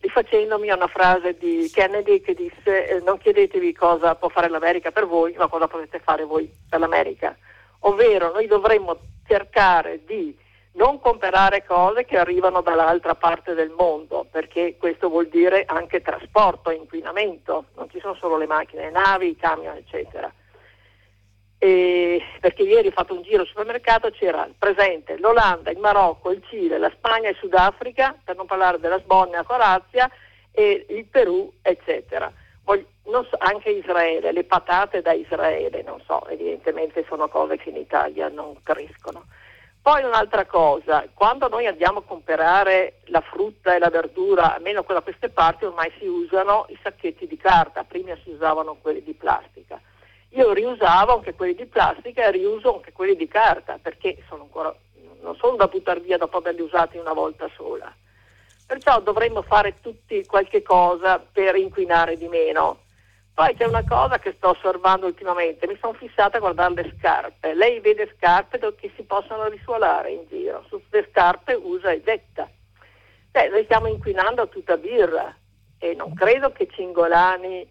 rifacendomi a una frase di Kennedy che disse eh, non chiedetevi cosa può fare l'America per voi, ma cosa potete fare voi per l'America. Ovvero noi dovremmo cercare di non comprare cose che arrivano dall'altra parte del mondo, perché questo vuol dire anche trasporto e inquinamento, non ci sono solo le macchine, le navi, i camion, eccetera. E perché ieri ho fatto un giro al supermercato, c'era presente l'Olanda, il Marocco, il Cile, la Spagna e il Sudafrica, per non parlare della Sbosnia, Croazia e il Perù, eccetera. Voglio, non so, anche Israele, le patate da Israele, non so, evidentemente sono cose che in Italia non crescono. Poi un'altra cosa, quando noi andiamo a comprare la frutta e la verdura, almeno da queste parti ormai si usano i sacchetti di carta, prima si usavano quelli di plastica. Io riusavo anche quelli di plastica e riuso anche quelli di carta, perché sono ancora, non sono da buttare via dopo averli usati una volta sola. Perciò dovremmo fare tutti qualche cosa per inquinare di meno. Poi c'è una cosa che sto osservando ultimamente, mi sono fissata a guardare le scarpe. Lei vede scarpe che si possono risuolare in giro, su le scarpe usa e getta. Cioè, noi stiamo inquinando a tutta birra e non credo che Cingolani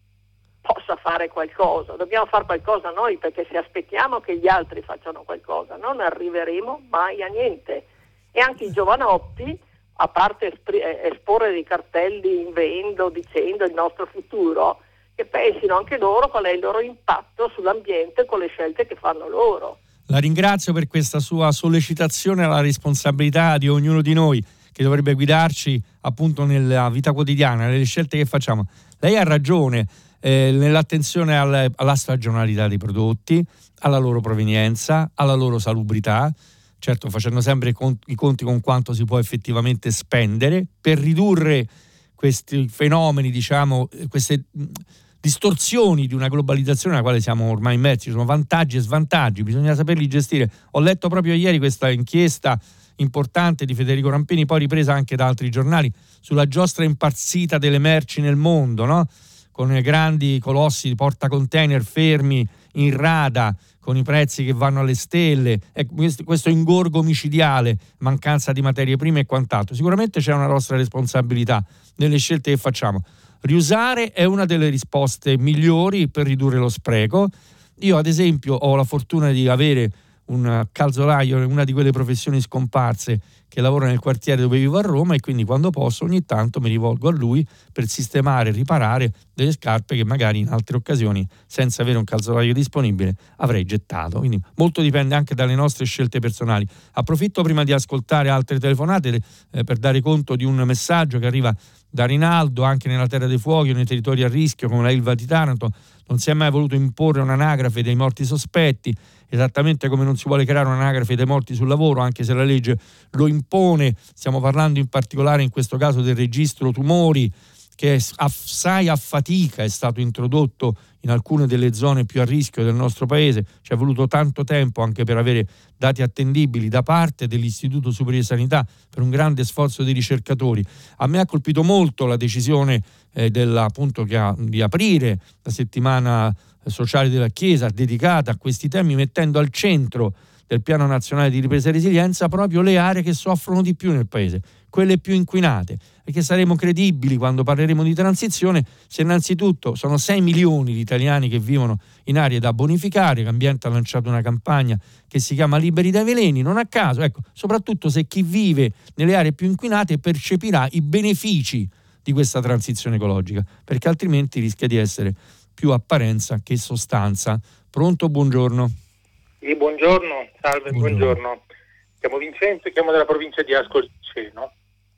possa fare qualcosa. Dobbiamo fare qualcosa noi, perché se aspettiamo che gli altri facciano qualcosa non arriveremo mai a niente. E anche i giovanotti, a parte esporre dei cartelli in vendo dicendo il nostro futuro, che pensino anche loro qual è il loro impatto sull'ambiente con le scelte che fanno loro. La ringrazio per questa sua sollecitazione alla responsabilità di ognuno di noi, che dovrebbe guidarci appunto nella vita quotidiana, nelle scelte che facciamo. Lei ha ragione eh, nell'attenzione al, alla stagionalità dei prodotti, alla loro provenienza, alla loro salubrità, certo facendo sempre i conti, i conti con quanto si può effettivamente spendere per ridurre questi fenomeni, diciamo, queste distorsioni di una globalizzazione nella quale siamo ormai immersi. Ci sono vantaggi e svantaggi, bisogna saperli gestire. Ho letto proprio ieri questa inchiesta importante di Federico Rampini, poi ripresa anche da altri giornali, sulla giostra impazzita delle merci nel mondo, no? Con i grandi colossi di portacontainer fermi in rada, con i prezzi che vanno alle stelle, e questo ingorgo micidiale, mancanza di materie prime e quant'altro. Sicuramente c'è una nostra responsabilità nelle scelte che facciamo. Riusare è una delle risposte migliori per ridurre lo spreco. Io ad esempio ho la fortuna di avere un calzolaio, una di quelle professioni scomparse, che lavora nel quartiere dove vivo a Roma, e quindi quando posso ogni tanto mi rivolgo a lui per sistemare e riparare delle scarpe che magari in altre occasioni, senza avere un calzolaio disponibile, avrei gettato. Quindi molto dipende anche dalle nostre scelte personali. Approfitto prima di ascoltare altre telefonate eh, per dare conto di un messaggio che arriva da Rinaldo. Anche nella Terra dei Fuochi o nei territori a rischio come la Ilva di Taranto non si è mai voluto imporre un'anagrafe dei morti sospetti, esattamente come non si vuole creare un'anagrafe dei morti sul lavoro, anche se la legge lo impone. Stiamo parlando in particolare in questo caso del registro tumori, che assai a fatica è stato introdotto in alcune delle zone più a rischio del nostro paese. Ci è voluto tanto tempo anche per avere dati attendibili da parte dell'Istituto Superiore di Sanità, per un grande sforzo dei ricercatori. A me ha colpito molto la decisione eh, della, appunto, che ha, di aprire la settimana sociale della Chiesa dedicata a questi temi, mettendo al centro del Piano Nazionale di Ripresa e Resilienza proprio le aree che soffrono di più nel paese, quelle più inquinate, perché saremo credibili quando parleremo di transizione se innanzitutto sono sei milioni gli italiani che vivono in aree da bonificare. L'ambiente ha lanciato una campagna che si chiama Liberi dai veleni, non a caso, ecco, soprattutto se chi vive nelle aree più inquinate percepirà i benefici di questa transizione ecologica, perché altrimenti rischia di essere più apparenza che sostanza. Pronto? Buongiorno. Sì, buongiorno, salve, buongiorno. buongiorno. Chiamo Vincenzo, chiamo dalla provincia di Ascolceno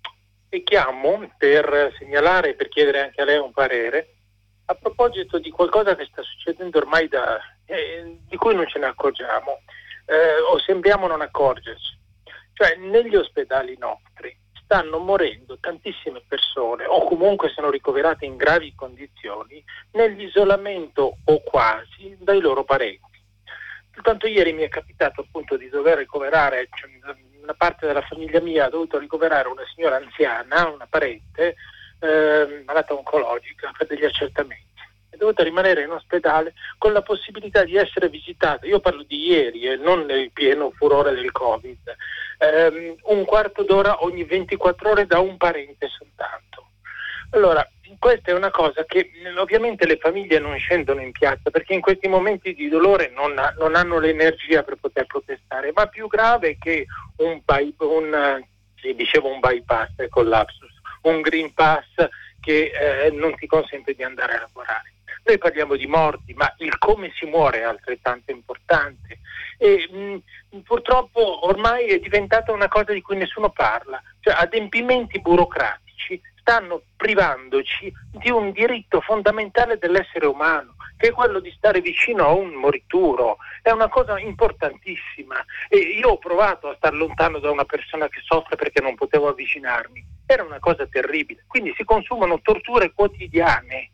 e chiamo per segnalare, per chiedere anche a lei un parere a proposito di qualcosa che sta succedendo ormai da eh, di cui non ce ne accorgiamo eh, o sembriamo non accorgerci. Cioè, negli ospedali nostri stanno morendo tantissime persone, o comunque sono ricoverate in gravi condizioni, nell'isolamento o quasi dai loro parenti. Soltanto ieri mi è capitato appunto di dover ricoverare, cioè, una parte della famiglia mia ha dovuto ricoverare una signora anziana, una parente, eh, malata oncologica, per degli accertamenti. È dovuta rimanere in ospedale con la possibilità di essere visitata, io parlo di ieri e eh, non nel pieno furore del Covid, ehm, un quarto d'ora ogni ventiquattro ore da un parente soltanto. Allora, questa è una cosa che ovviamente le famiglie non scendono in piazza perché in questi momenti di dolore non, ha, non hanno l'energia per poter protestare, ma più grave è che un, by, un sì, dicevo un bypass con lapsus, un Green Pass che eh, non ti consente di andare a lavorare. Noi parliamo di morti, ma il come si muore è altrettanto importante e mh, purtroppo ormai è diventata una cosa di cui nessuno parla, cioè adempimenti burocratici stanno privandoci di un diritto fondamentale dell'essere umano, che è quello di stare vicino a un morituro. È una cosa importantissima e io ho provato a star lontano da una persona che soffre perché non potevo avvicinarmi, era una cosa terribile, quindi si consumano torture quotidiane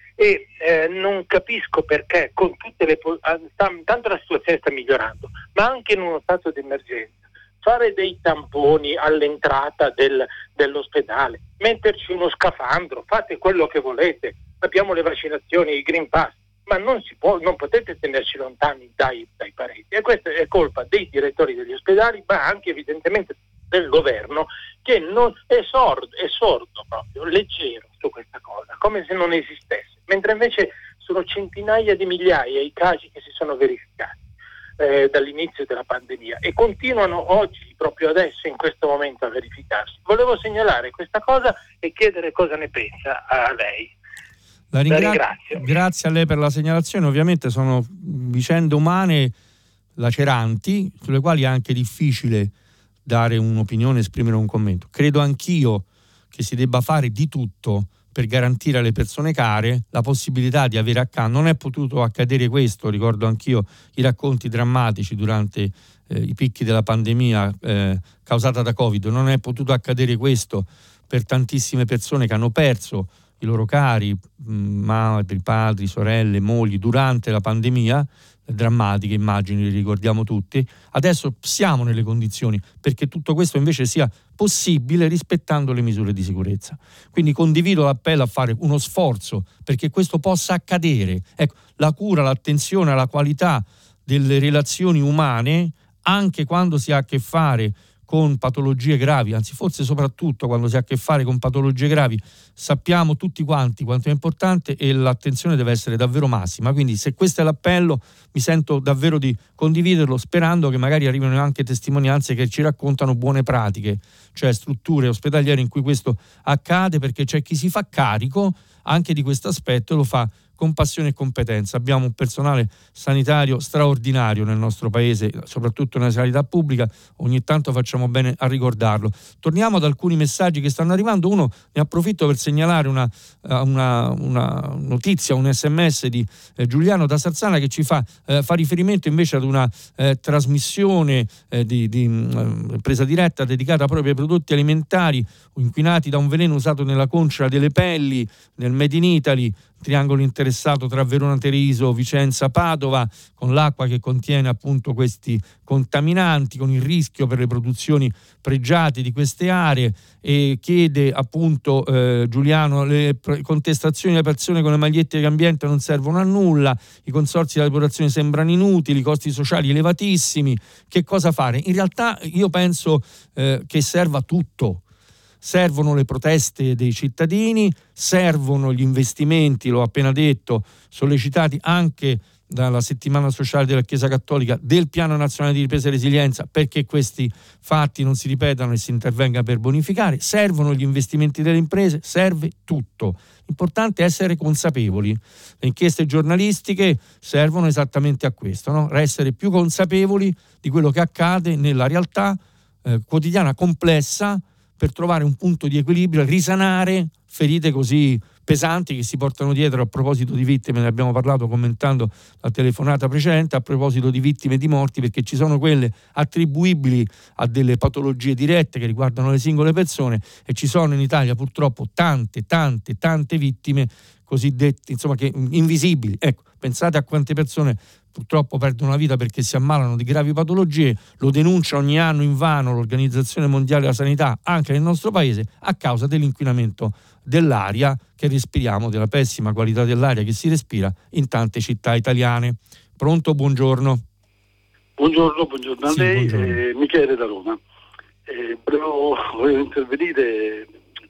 e eh, non capisco perché con tutte le po- tanto la situazione sta migliorando, ma anche in uno stato di emergenza fare dei tamponi all'entrata del, dell'ospedale, metterci uno scafandro, fate quello che volete, abbiamo le vaccinazioni, i Green Pass, ma non si può, non potete tenerci lontani dai, dai pareti, e questa è colpa dei direttori degli ospedali, ma anche evidentemente del governo, che non è sordo, è sordo proprio, leggero su questa cosa, come se non esistesse, mentre invece sono centinaia di migliaia i casi che si sono verificati eh, dall'inizio della pandemia e continuano oggi, proprio adesso, in questo momento, a verificarsi. Volevo segnalare questa cosa e chiedere cosa ne pensa a lei. La, ringra- la ringrazio. Grazie a lei per la segnalazione. Ovviamente sono vicende umane laceranti, sulle quali è anche difficile dare un'opinione, esprimere un commento. Credo anch'io che si debba fare di tutto per garantire alle persone care la possibilità di avere accanto. Non è potuto accadere questo, ricordo anch'io i racconti drammatici durante eh, i picchi della pandemia eh, causata da Covid, non è potuto accadere questo per tantissime persone che hanno perso i loro cari, madri, padri, sorelle, mogli durante la pandemia, drammatiche immagini, li ricordiamo tutti. Adesso siamo nelle condizioni perché tutto questo invece sia possibile rispettando le misure di sicurezza. Quindi condivido l'appello a fare uno sforzo perché questo possa accadere. Ecco, la cura, l'attenzione alla qualità delle relazioni umane, anche quando si ha a che fare con patologie gravi, anzi forse soprattutto quando si ha a che fare con patologie gravi, sappiamo tutti quanti quanto è importante e l'attenzione deve essere davvero massima. Quindi se questo è l'appello mi sento davvero di condividerlo, sperando che magari arrivino anche testimonianze che ci raccontano buone pratiche, cioè strutture ospedaliere in cui questo accade, perché c'è chi si fa carico anche di questo aspetto e lo fa con passione e competenza. Abbiamo un personale sanitario straordinario nel nostro paese, soprattutto nella sanità pubblica, ogni tanto facciamo bene a ricordarlo. Torniamo ad alcuni messaggi che stanno arrivando. Uno, ne approfitto per segnalare una, una, una notizia, un sms di eh, Giuliano da Sarzana che ci fa, eh, fa riferimento invece ad una eh, trasmissione eh, di, di eh, presa diretta dedicata proprio ai prodotti alimentari inquinati da un veleno usato nella concera delle pelli nel Made in Italy, triangolo interessato tra Verona Treviso, Vicenza, Padova, con l'acqua che contiene appunto questi contaminanti, con il rischio per le produzioni pregiate di queste aree, e chiede appunto eh, Giuliano, le contestazioni delle persone con le magliette di ambiente non servono a nulla, i consorzi di depurazione sembrano inutili, i costi sociali elevatissimi, che cosa fare? In realtà io penso eh, che serva tutto. Servono le proteste dei cittadini, servono gli investimenti, l'ho appena detto, sollecitati anche dalla settimana sociale della Chiesa Cattolica, del Piano Nazionale di Ripresa e Resilienza, perché questi fatti non si ripetano e si intervenga per bonificare. Servono gli investimenti delle imprese, serve tutto. L'importante è essere consapevoli. Le inchieste giornalistiche servono esattamente a questo, no? Essere più consapevoli di quello che accade nella realtà eh, quotidiana complessa, per trovare un punto di equilibrio, risanare ferite così pesanti che si portano dietro. A proposito di vittime, ne abbiamo parlato commentando la telefonata precedente, a proposito di vittime e di morti, perché ci sono quelle attribuibili a delle patologie dirette che riguardano le singole persone, e ci sono in Italia purtroppo tante, tante, tante vittime cosiddette, insomma, che invisibili. Ecco, pensate a quante persone purtroppo perdono la vita perché si ammalano di gravi patologie, lo denuncia ogni anno invano l'Organizzazione Mondiale della Sanità anche nel nostro paese, a causa dell'inquinamento dell'aria che respiriamo, della pessima qualità dell'aria che si respira in tante città italiane. Pronto, buongiorno. Buongiorno, buongiorno a sì, lei, buongiorno. Eh, Michele da Roma. Eh, volevo, volevo intervenire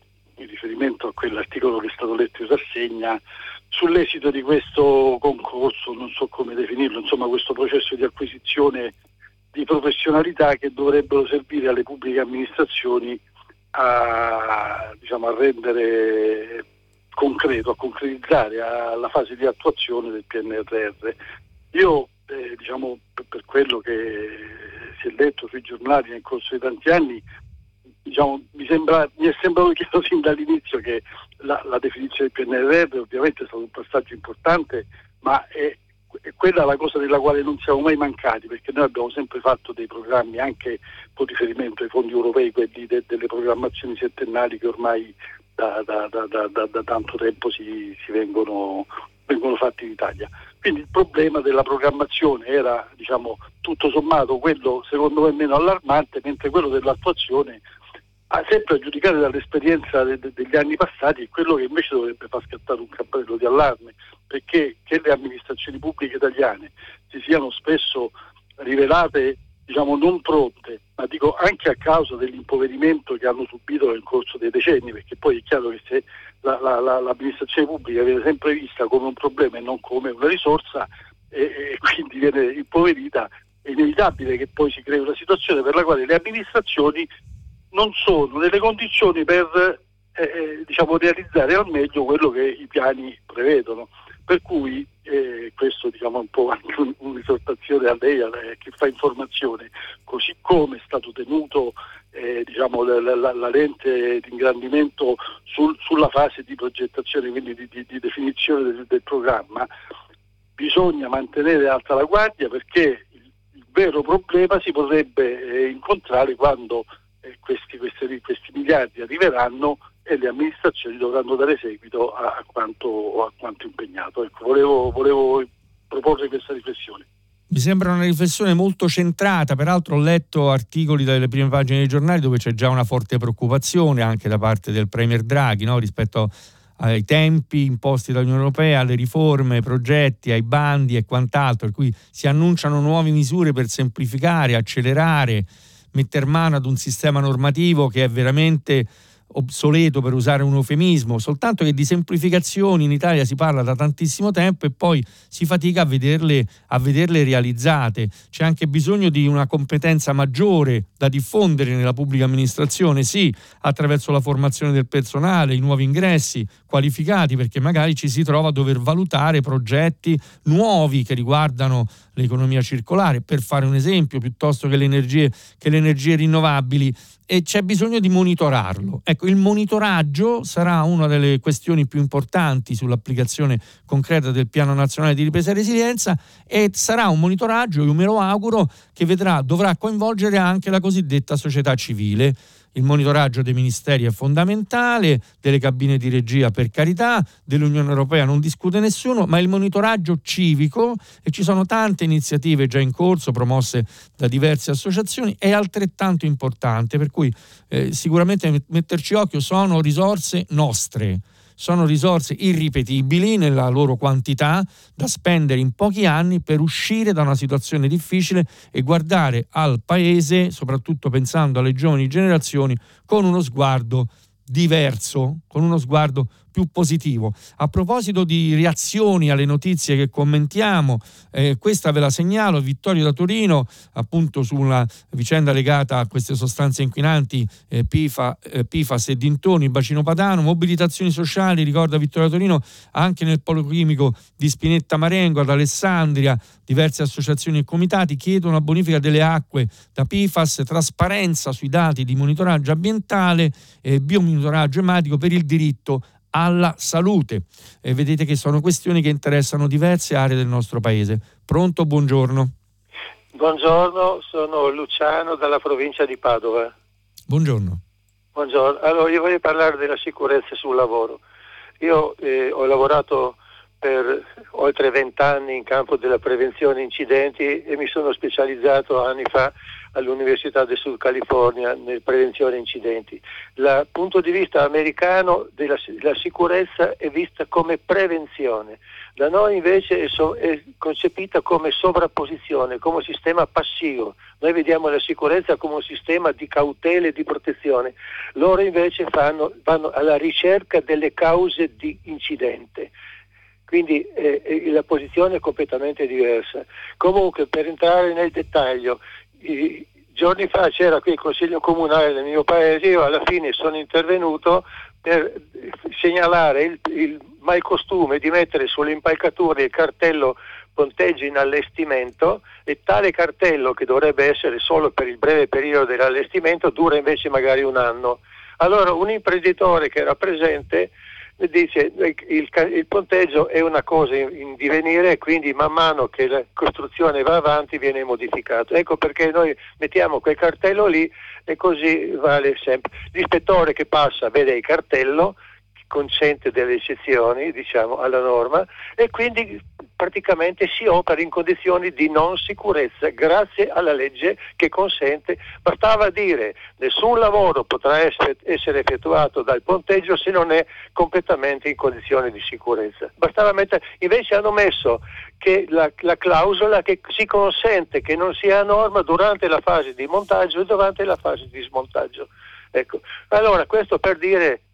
in riferimento a quell'articolo che è stato letto in rassegna, sull'esito di questo concorso, non so come definirlo, insomma questo processo di acquisizione di professionalità che dovrebbero servire alle pubbliche amministrazioni a, diciamo, a rendere concreto, a concretizzare alla fase di attuazione del P N R R. Io, eh, diciamo, per, per quello che si è letto sui giornali nel corso di tanti anni, diciamo, mi, sembra, mi è sembrato chiaro sin dall'inizio che la, la definizione del P N R R ovviamente è stato un passaggio importante, ma è, è quella la cosa della quale non siamo mai mancati, perché noi abbiamo sempre fatto dei programmi anche con riferimento ai fondi europei, quelli de, delle programmazioni settennali che ormai da, da, da, da, da, da tanto tempo si, si vengono, vengono fatti in Italia. Quindi il problema della programmazione era, diciamo, tutto sommato quello secondo me meno allarmante, mentre quello dell'attuazione, sempre a giudicare dall'esperienza de- de- degli anni passati, è quello che invece dovrebbe far scattare un campanello di allarme, perché che le amministrazioni pubbliche italiane si siano spesso rivelate, diciamo, non pronte, ma dico anche a causa dell'impoverimento che hanno subito nel corso dei decenni, perché poi è chiaro che se la, la, la, l'amministrazione pubblica viene sempre vista come un problema e non come una risorsa, e, e quindi viene impoverita, è inevitabile che poi si crei una situazione per la quale le amministrazioni non sono nelle condizioni per eh, diciamo realizzare al meglio quello che i piani prevedono. Per cui eh, questo, diciamo, è un po' anche un, un'esortazione a lei, a lei che fa informazione, così come è stato tenuto eh, diciamo la, la, la lente di ingrandimento sul, sulla fase di progettazione, quindi di, di, di definizione del, del programma. Bisogna mantenere alta la guardia, perché il, il vero problema si potrebbe eh, incontrare quando eh, questi, questi, questi miliardi arriveranno e le amministrazioni dovranno dare seguito a, a, quanto, a quanto impegnato. Ecco, volevo, volevo proporre questa riflessione. Mi sembra una riflessione molto centrata, peraltro ho letto articoli dalle prime pagine dei giornali dove c'è già una forte preoccupazione anche da parte del Premier Draghi, no? Rispetto ai tempi imposti dall'Unione Europea, alle riforme, ai progetti, ai bandi e quant'altro, per cui si annunciano nuove misure per semplificare, accelerare, mettere mano ad un sistema normativo che è veramente obsoleto, per usare un eufemismo, soltanto che di semplificazioni in Italia si parla da tantissimo tempo e poi si fatica a vederle, a vederle realizzate. C'è anche bisogno di una competenza maggiore da diffondere nella pubblica amministrazione, sì, attraverso la formazione del personale, i nuovi ingressi qualificati, perché magari ci si trova a dover valutare progetti nuovi che riguardano l'economia circolare, per fare un esempio, piuttosto che le energie, che le energie rinnovabili, e c'è bisogno di monitorarlo. Ecco, il monitoraggio sarà una delle questioni più importanti sull'applicazione concreta del Piano Nazionale di Ripresa e Resilienza, e sarà un monitoraggio, io me lo auguro, che vedrà, dovrà coinvolgere anche la cosiddetta società civile. Il monitoraggio dei ministeri è fondamentale, delle cabine di regia per carità, dell'Unione Europea non discute nessuno, ma il monitoraggio civico, e ci sono tante iniziative già in corso promosse da diverse associazioni, è altrettanto importante, per cui eh, sicuramente metterci occhio. Sono risorse nostre, sono risorse irripetibili nella loro quantità, da spendere in pochi anni per uscire da una situazione difficile e guardare al paese, soprattutto pensando alle giovani generazioni, con uno sguardo diverso, con uno sguardo più positivo. A proposito di reazioni alle notizie che commentiamo, eh, questa ve la segnalo, Vittorio da Torino, appunto sulla vicenda legata a queste sostanze inquinanti, eh, P F A, eh, P F A S e dintorni, bacino padano, mobilitazioni sociali, ricorda Vittorio da Torino, anche nel polo chimico di Spinetta Marengo, ad Alessandria, diverse associazioni e comitati chiedono la bonifica delle acque da P F A S, trasparenza sui dati di monitoraggio ambientale, eh, biomonitoraggio ematico per il diritto alla salute. E vedete che sono questioni che interessano diverse aree del nostro paese. Pronto, buongiorno. Buongiorno, sono Luciano dalla provincia di Padova. Buongiorno. Buongiorno. Allora, io voglio parlare della sicurezza sul lavoro. Io eh, ho lavorato per oltre vent'anni in campo della prevenzione incidenti e mi sono specializzato anni fa all'Università del Sud California nel prevenzione incidenti. Dal punto di vista americano della, la sicurezza è vista come prevenzione, da noi invece è, so, è concepita come sovrapposizione, come un sistema passivo. Noi vediamo la sicurezza come un sistema di cautele e di protezione, loro invece fanno, vanno alla ricerca delle cause di incidente. Quindi eh, la posizione è completamente diversa. Comunque, per entrare nel dettaglio, i, giorni fa c'era qui il Consiglio Comunale del mio paese, io alla fine sono intervenuto per segnalare il, il malcostume di mettere sulle impalcature il cartello ponteggio in allestimento, e tale cartello, che dovrebbe essere solo per il breve periodo dell'allestimento, dura invece magari un anno. Allora un imprenditore che era presente dice il, il ponteggio è una cosa in, in divenire, e quindi man mano che la costruzione va avanti viene modificato. Ecco perché noi mettiamo quel cartello lì, e così vale sempre. L'ispettore che passa vede il cartello, consente delle eccezioni, diciamo, alla norma, e quindi praticamente si opera in condizioni di non sicurezza grazie alla legge che consente. Bastava dire nessun lavoro potrà essere, essere effettuato dal ponteggio se non è completamente in condizioni di sicurezza. Bastava mettere, invece hanno messo che la, la clausola che si consente che non sia a norma durante la fase di montaggio e durante la fase di smontaggio. Ecco, allora questo per dire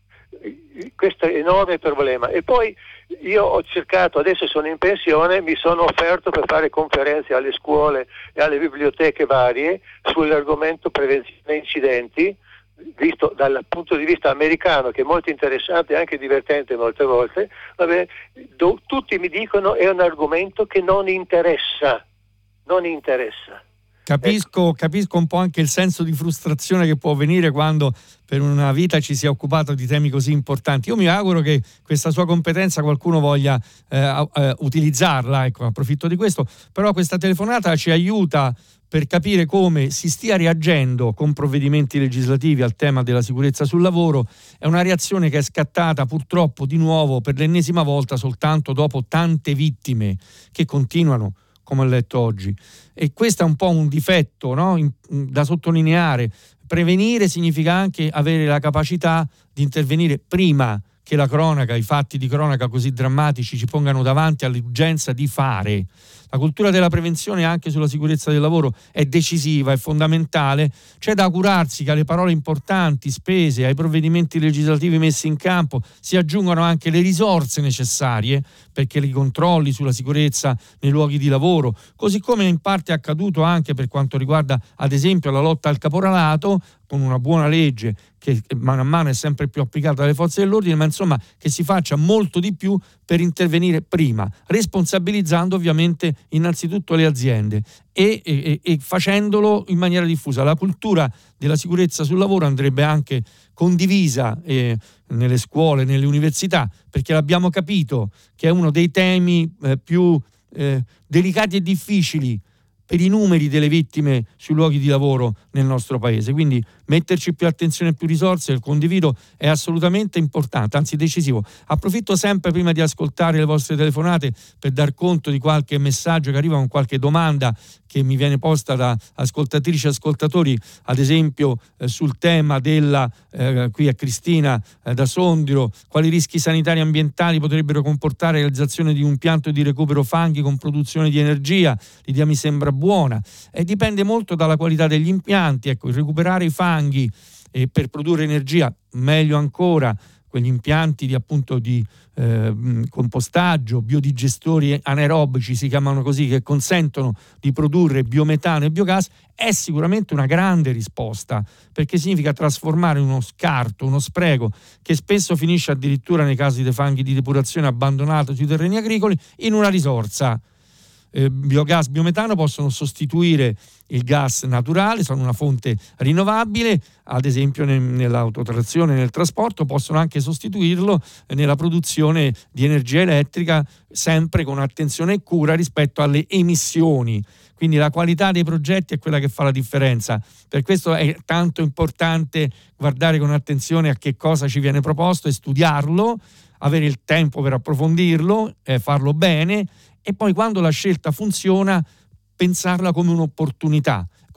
questo enorme problema. E poi io ho cercato, adesso sono in pensione, mi sono offerto per fare conferenze alle scuole e alle biblioteche varie sull'argomento prevenzione incidenti, visto dal punto di vista americano, che è molto interessante e anche divertente molte volte. Vabbè, do, tutti mi dicono è un argomento che non interessa, non interessa. Capisco, capisco un po' anche il senso di frustrazione che può venire quando per una vita ci si è occupato di temi così importanti. Io mi auguro che questa sua competenza qualcuno voglia eh, eh, utilizzarla, ecco, approfitto di questo, però questa telefonata ci aiuta per capire come si stia reagendo con provvedimenti legislativi al tema della sicurezza sul lavoro. È una reazione che è scattata purtroppo di nuovo per l'ennesima volta soltanto dopo tante vittime che continuano, come ho letto oggi. E questo è un po' un difetto, no? In, da sottolineare. Prevenire significa anche avere la capacità di intervenire prima che la cronaca, i fatti di cronaca così drammatici ci pongano davanti all'urgenza di fare. La cultura della prevenzione anche sulla sicurezza del lavoro è decisiva, è fondamentale. C'è da augurarsi che alle parole importanti spese, ai provvedimenti legislativi messi in campo, si aggiungano anche le risorse necessarie perché i controlli sulla sicurezza nei luoghi di lavoro, così come in parte è accaduto anche per quanto riguarda ad esempio la lotta al caporalato, con una buona legge che mano a mano è sempre più applicata dalle forze dell'ordine, ma insomma che si faccia molto di più per intervenire prima, responsabilizzando ovviamente innanzitutto le aziende e, e, e facendolo in maniera diffusa. La cultura della sicurezza sul lavoro andrebbe anche condivisa eh, nelle scuole, nelle università, perché l'abbiamo capito che è uno dei temi eh, più eh, delicati e difficili per i numeri delle vittime sui luoghi di lavoro nel nostro paese. Quindi metterci più attenzione e più risorse, il condivido, è assolutamente importante, anzi decisivo. Approfitto sempre prima di ascoltare le vostre telefonate per dar conto di qualche messaggio che arriva con qualche domanda che mi viene posta da ascoltatrici e ascoltatori, ad esempio eh, sul tema della, eh, qui a Cristina eh, da Sondrio, quali rischi sanitari e ambientali potrebbero comportare la realizzazione di un impianto di recupero fanghi con produzione di energia. L'idea mi sembra buona e dipende molto dalla qualità degli impianti. Ecco, il recuperare i fanghi eh, per produrre energia, meglio ancora quegli impianti di appunto di eh, compostaggio, biodigestori anaerobici si chiamano così, che consentono di produrre biometano e biogas, è sicuramente una grande risposta, perché significa trasformare uno scarto, uno spreco che spesso finisce addirittura nei casi dei fanghi di depurazione abbandonato sui terreni agricoli in una risorsa. Eh, biogas, biometano possono sostituire il gas naturale, sono una fonte rinnovabile, ad esempio nel, nell'autotrazione, nel trasporto, possono anche sostituirlo nella produzione di energia elettrica, sempre con attenzione e cura rispetto alle emissioni. Quindi la qualità dei progetti è quella che fa la differenza. Per questo è tanto importante guardare con attenzione a che cosa ci viene proposto e studiarlo, avere il tempo per approfondirlo, eh, farlo bene, e poi quando la scelta funziona pensarla come un'opportunità.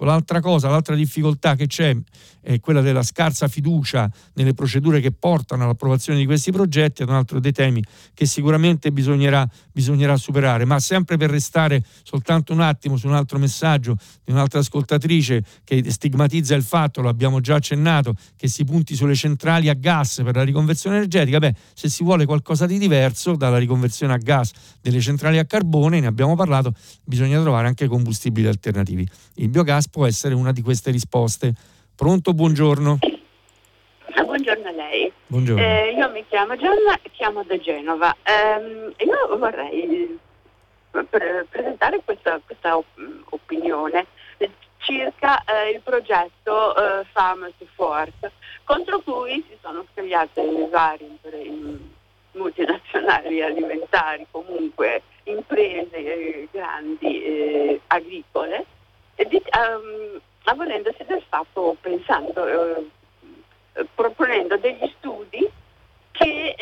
Ecco, l'altra cosa, l'altra difficoltà che c'è è quella della scarsa fiducia nelle procedure che portano all'approvazione di questi progetti, è un altro dei temi che sicuramente bisognerà, bisognerà superare. Ma sempre per restare soltanto un attimo su un altro messaggio di un'altra ascoltatrice che stigmatizza il fatto, lo abbiamo già accennato, che si punti sulle centrali a gas per la riconversione energetica. Beh, se si vuole qualcosa di diverso dalla riconversione a gas delle centrali a carbone, ne abbiamo parlato, bisogna trovare anche combustibili alternativi. Il biogas può essere una di queste risposte. Pronto, buongiorno. Buongiorno a lei. Buongiorno. Eh, io mi chiamo Gianna e chiamo da Genova. Eh, io vorrei pre- presentare questa, questa op- opinione circa eh, il progetto eh, Farm to Fork, contro cui si sono scagliate le varie multinazionali alimentari, comunque imprese eh, grandi eh, agricole, e di, um, avvalendosi del fatto, pensando, eh, proponendo degli studi che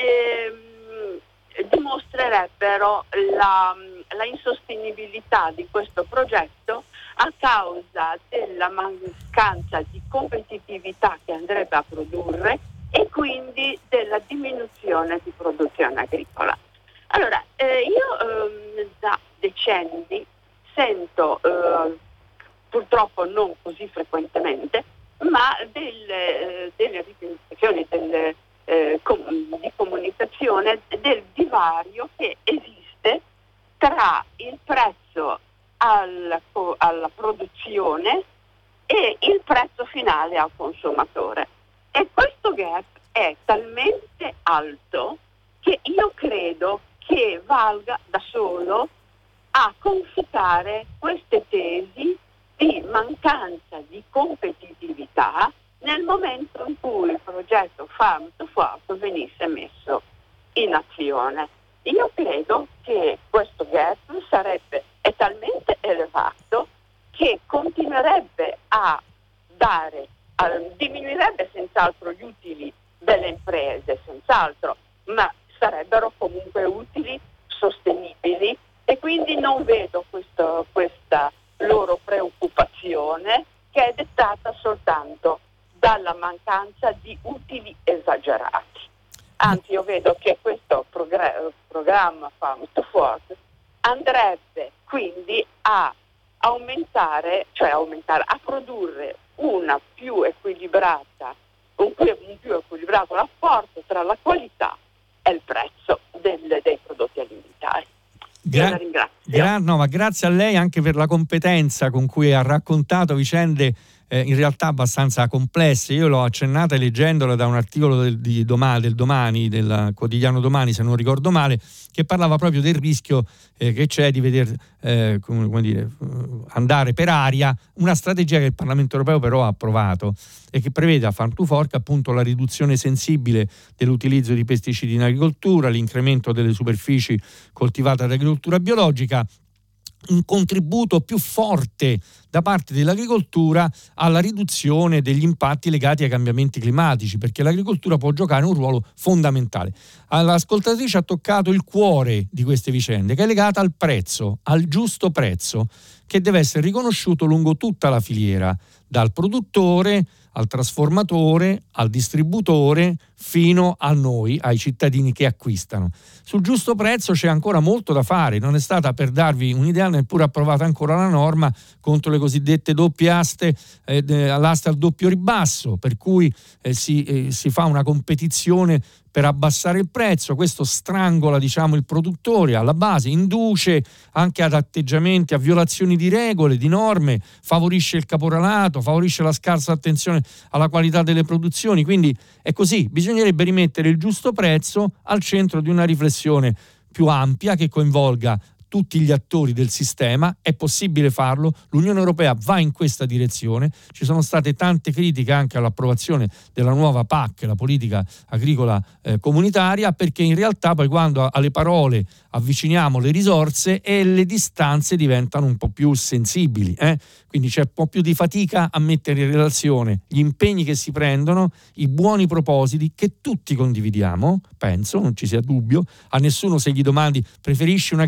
eh, dimostrerebbero la, la insostenibilità di questo progetto a causa della mancanza di competitività che andrebbe a produrre e quindi della diminuzione di produzione agricola. Allora, eh, io eh, da decenni sento, eh, purtroppo non così frequentemente, ma delle, eh, delle rivendicazioni delle, eh, com- di comunicazione del divario che esiste tra il prezzo alla, co- alla produzione e il prezzo finale al consumatore. E questo gap è talmente alto che io credo che valga da solo a confutare queste tesi di mancanza di competitività nel momento in cui il progetto Farm to Fork venisse messo in azione. Io credo che questo gap sarebbe è talmente elevato che continuerebbe a dare, a, diminuirebbe senz'altro gli utili delle imprese, senz'altro, ma sarebbero comunque utili, sostenibili, e quindi non vedo questo, questa loro preoccupazione, che è dettata soltanto dalla mancanza di utili esagerati. Anzi, io vedo che questo progr- programma Farm to Fork andrebbe quindi a aumentare, cioè aumentare, a produrre una più equilibrata, un più, un più equilibrato rapporto tra la qualità e il prezzo del, dei prodotti alimentari. Gra- gra- no, ma grazie a lei anche per la competenza con cui ha raccontato vicende eh, in realtà abbastanza complesse. Io l'ho accennata leggendola da un articolo del, di domani, del Domani, del quotidiano Domani, se non ricordo male, che parlava proprio del rischio eh, che c'è di veder eh, come, come dire, andare per aria una strategia che il Parlamento europeo però ha approvato e che prevede a Farm to Fork appunto la riduzione sensibile dell'utilizzo di pesticidi in agricoltura, l'incremento delle superfici coltivate ad agricoltura biologica, un contributo più forte da parte dell'agricoltura alla riduzione degli impatti legati ai cambiamenti climatici, perché l'agricoltura può giocare un ruolo fondamentale. L'ascoltatrice ha toccato il cuore di queste vicende, che è legata al prezzo, al giusto prezzo, che deve essere riconosciuto lungo tutta la filiera, dal produttore al trasformatore, al distributore, fino a noi, ai cittadini che acquistano. Sul giusto prezzo c'è ancora molto da fare, non è stata, per darvi un'idea, neppure approvata ancora la norma contro le cosiddette doppie aste, eh, all'asta al doppio ribasso, per cui eh, si, eh, si fa una competizione per abbassare il prezzo. Questo strangola, diciamo, il produttore alla base, induce anche ad atteggiamenti, a violazioni di regole, di norme, favorisce il caporalato, favorisce la scarsa attenzione alla qualità delle produzioni. Quindi è così, bisognerebbe rimettere il giusto prezzo al centro di una riflessione più ampia che coinvolga tutti gli attori del sistema. È possibile farlo, l'Unione Europea va in questa direzione, ci sono state tante critiche anche all'approvazione della nuova P A C, la politica agricola eh, comunitaria, perché in realtà poi quando alle parole avviciniamo le risorse e le distanze diventano un po' più sensibili, eh? Quindi c'è un po' più di fatica a mettere in relazione gli impegni che si prendono, i buoni propositi che tutti condividiamo, penso, non ci sia dubbio, a nessuno se gli domandi preferisci un'agricoltura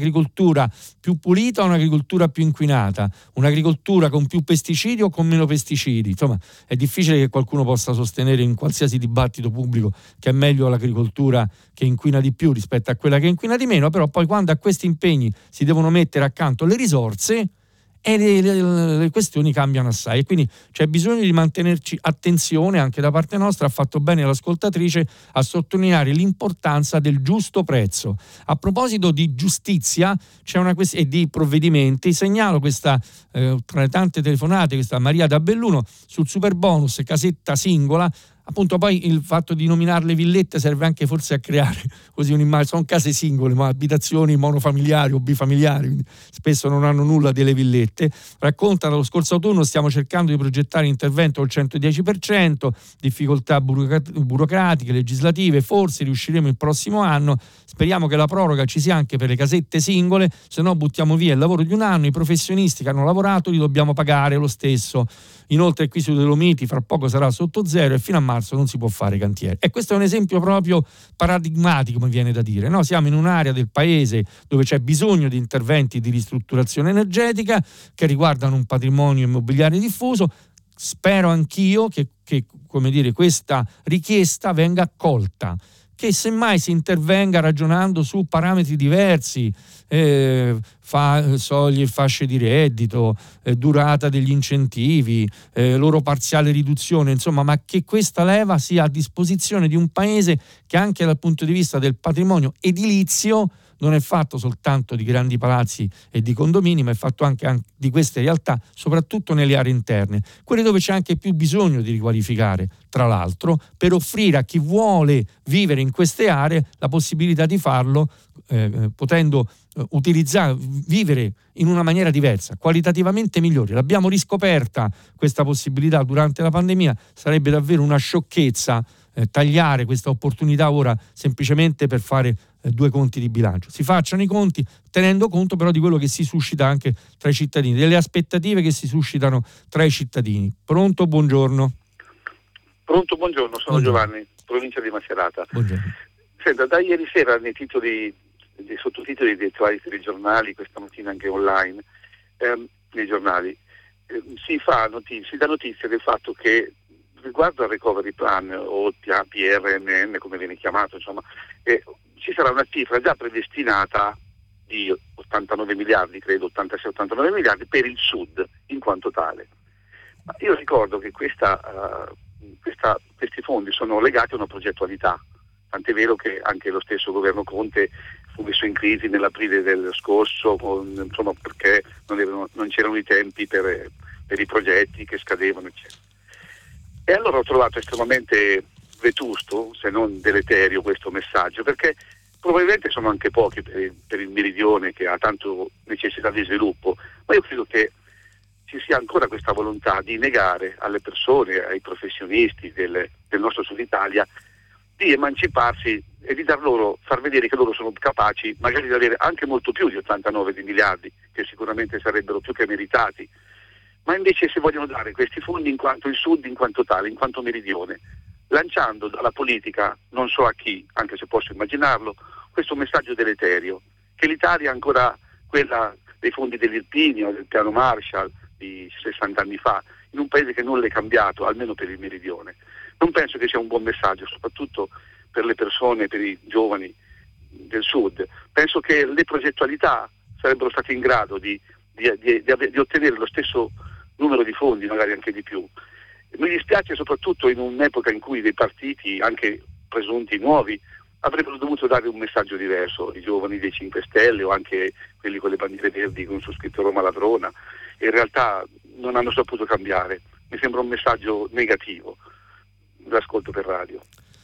un'agricoltura più pulita o un'agricoltura più inquinata, un'agricoltura con più pesticidi o con meno pesticidi. Insomma, è difficile che qualcuno possa sostenere in qualsiasi dibattito pubblico che è meglio l'agricoltura che inquina di più rispetto a quella che inquina di meno, però poi quando a questi impegni si devono mettere accanto le risorse e le, le, le questioni cambiano assai, e quindi c'è bisogno di mantenerci attenzione anche da parte nostra. Ha fatto bene l'ascoltatrice a sottolineare l'importanza del giusto prezzo. A proposito di giustizia c'è una quest- e di provvedimenti, segnalo questa eh, tra le tante telefonate, questa Maria da Belluno sul super bonus casetta singola. Appunto, poi il fatto di nominarle villette serve anche forse a creare così un'immagine, sono case singole ma abitazioni monofamiliari o bifamiliari, quindi spesso non hanno nulla delle villette. Racconta, dallo scorso autunno stiamo cercando di progettare intervento al centodieci per cento, difficoltà burocratiche, legislative, forse riusciremo il prossimo anno, speriamo che la proroga ci sia anche per le casette singole, se no buttiamo via il lavoro di un anno, i professionisti che hanno lavorato li dobbiamo pagare lo stesso. Inoltre qui su Dolomiti fra poco sarà sotto zero e fino a marzo non si può fare cantiere. E questo è un esempio proprio paradigmatico, mi viene da dire, no? Siamo in un'area del paese dove c'è bisogno di interventi di ristrutturazione energetica che riguardano un patrimonio immobiliare diffuso. Spero anch'io che, che come dire, questa richiesta venga accolta, che semmai si intervenga ragionando su parametri diversi, eh, fa, soglie e fasce di reddito, eh, durata degli incentivi, eh, loro parziale riduzione, insomma, ma che questa leva sia a disposizione di un paese che anche dal punto di vista del patrimonio edilizio non è fatto soltanto di grandi palazzi e di condomini, ma è fatto anche, anche di queste realtà, soprattutto nelle aree interne, quelle dove c'è anche più bisogno di riqualificare, tra l'altro, per offrire a chi vuole vivere in queste aree la possibilità di farlo, eh, potendo eh, utilizzare, vivere in una maniera diversa, qualitativamente migliore. L'abbiamo riscoperta questa possibilità durante la pandemia, sarebbe davvero una sciocchezza eh, tagliare questa opportunità ora semplicemente per fare due conti di bilancio. Si facciano i conti tenendo conto però di quello che si suscita anche tra i cittadini, delle aspettative che si suscitano tra i cittadini. Pronto, buongiorno. Pronto, buongiorno, sono buongiorno. Giovanni, provincia di Macerata. Buongiorno. Senta, da ieri sera nei titoli, nei sottotitoli dei vari telegiornali, questa mattina anche online, ehm, nei giornali, eh, si fa notizia, si dà notizia del fatto che riguardo al recovery plan o P R N N come viene chiamato, insomma, eh, ci sarà una cifra già predestinata di ottantanove miliardi, credo ottantasei ottantanove miliardi per il Sud in quanto tale. Ma io ricordo che questa, uh, questa, questi fondi sono legati a una progettualità, tant'è vero che anche lo stesso governo Conte fu messo in crisi nell'aprile del scorso, con, insomma, perché non, erano, non c'erano i tempi per, per i progetti che scadevano, eccetera. E allora ho trovato estremamente vetusto, se non deleterio, questo messaggio, perché probabilmente sono anche pochi per il, per il meridione che ha tanto necessità di sviluppo, ma io credo che ci sia ancora questa volontà di negare alle persone, ai professionisti del, del nostro Sud Italia, di emanciparsi e di dar loro, far vedere che loro sono capaci magari di avere anche molto più di ottantanove di miliardi, che sicuramente sarebbero più che meritati, ma invece si vogliono dare questi fondi in quanto il Sud, in quanto tale, in quanto meridione, lanciando dalla politica, non so a chi, anche se posso immaginarlo, questo messaggio deleterio, che l'Italia è ancora quella dei fondi dell'Irpinio, del piano Marshall di sessanta anni fa, in un paese che nulla è cambiato, almeno per il meridione. Non penso che sia un buon messaggio, soprattutto per le persone, per i giovani del Sud. Penso che le progettualità sarebbero state in grado di, di, di, di, di ottenere lo stesso numero di fondi, magari anche di più. Mi dispiace soprattutto in un'epoca in cui dei partiti, anche presunti nuovi, avrebbero dovuto dare un messaggio diverso, i giovani dei cinque Stelle o anche quelli con le bandiere verdi con su scritto Roma Ladrona, e in realtà non hanno saputo cambiare. Mi sembra un messaggio negativo. L'ascolto per radio.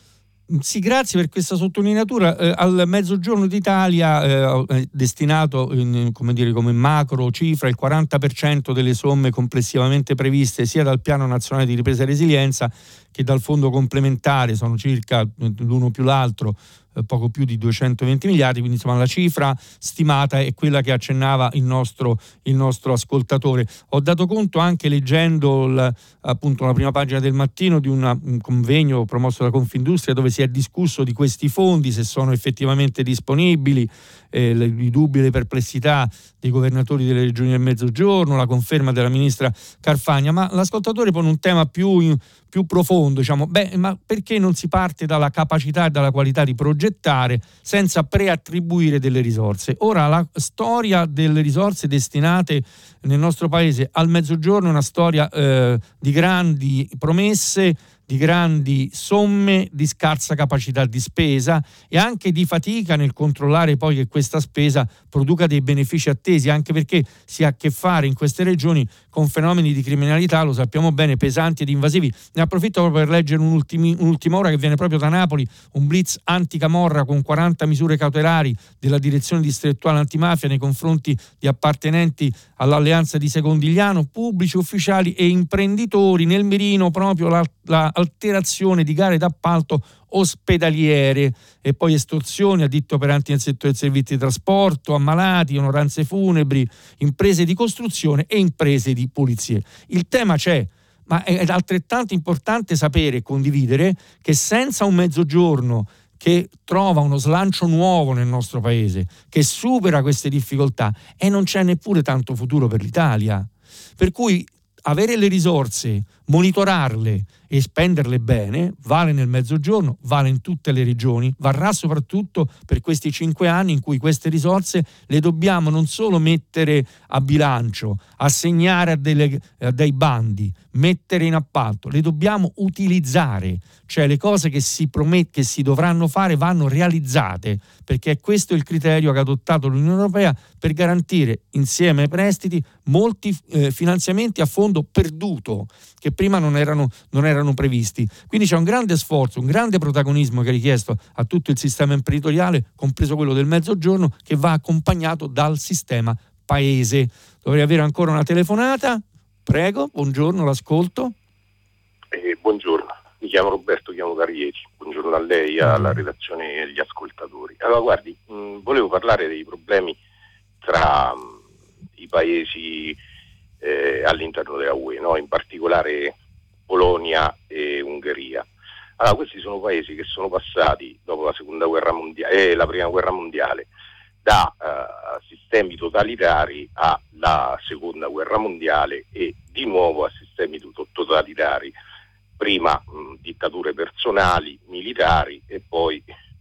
Sì, grazie per questa sottolineatura. Eh, al Mezzogiorno d'Italia eh, destinato in, come dire, come macro cifra il quaranta per cento delle somme complessivamente previste sia dal Piano Nazionale di Ripresa e Resilienza che dal Fondo Complementare, sono circa l'uno più l'altro eh, poco più di duecentoventi miliardi, quindi insomma la cifra stimata è quella che accennava il nostro, il nostro ascoltatore. Ho dato conto anche leggendo il, appunto la prima pagina del Mattino di una, un convegno promosso da Confindustria dove si è discusso di questi fondi, se sono effettivamente disponibili, eh, le, i dubbi e le perplessità dei governatori delle regioni del Mezzogiorno, la conferma della ministra Carfagna, ma l'ascoltatore pone un tema più, in, più profondo, diciamo, beh, ma perché non si parte dalla capacità e dalla qualità di progettare senza preattribuire delle risorse? Ora, la storia delle risorse destinate nel nostro paese al Mezzogiorno è una storia eh, di grandi promesse, di grandi somme, di scarsa capacità di spesa e anche di fatica nel controllare poi che questa spesa produca dei benefici attesi, anche perché si ha a che fare in queste regioni con fenomeni di criminalità, lo sappiamo bene, pesanti ed invasivi. Ne approfitto proprio per leggere un'ultimi, un'ultima ora che viene proprio da Napoli, un blitz anticamorra con quaranta misure cautelari della direzione distrettuale antimafia nei confronti di appartenenti all'alleanza di Secondigliano, pubblici ufficiali e imprenditori, nel mirino proprio la, la alterazione di gare d'appalto ospedaliere e poi estorsioni, addetti operanti nel settore dei servizi di trasporto, ammalati, onoranze funebri, imprese di costruzione e imprese di pulizie. Il tema c'è, ma è altrettanto importante sapere e condividere che senza un Mezzogiorno che trova uno slancio nuovo nel nostro paese, che supera queste difficoltà, e non c'è neppure tanto futuro per l'Italia. Per cui avere le risorse, monitorarle e spenderle bene, vale nel Mezzogiorno, vale in tutte le regioni, varrà soprattutto per questi cinque anni in cui queste risorse le dobbiamo non solo mettere a bilancio, assegnare a, delle, a dei bandi, mettere in appalto, le dobbiamo utilizzare, cioè le cose che si promet- che si dovranno fare vanno realizzate, perché è questo il criterio che ha adottato l'Unione Europea per garantire insieme ai prestiti molti eh, finanziamenti a fondo perduto che prima non erano, non erano previsti. Quindi c'è un grande sforzo, un grande protagonismo che è richiesto a tutto il sistema imprenditoriale, compreso quello del Mezzogiorno, che va accompagnato dal sistema paese. Dovrei avere ancora una telefonata. Prego, buongiorno, l'ascolto. Eh, buongiorno, mi chiamo Roberto, chiamo da Rieti. Buongiorno a lei, alla redazione e agli ascoltatori. Allora, guardi, mh, volevo parlare dei problemi tra mh, i paesi eh, all'interno della U E, no? In particolare Polonia e Ungheria. Allora, questi sono paesi che sono passati dopo la seconda guerra mondiale e eh, la prima guerra mondiale da uh, sistemi totalitari alla seconda guerra mondiale e di nuovo a sistemi totalitari, prima mh, dittature personali, militari e poi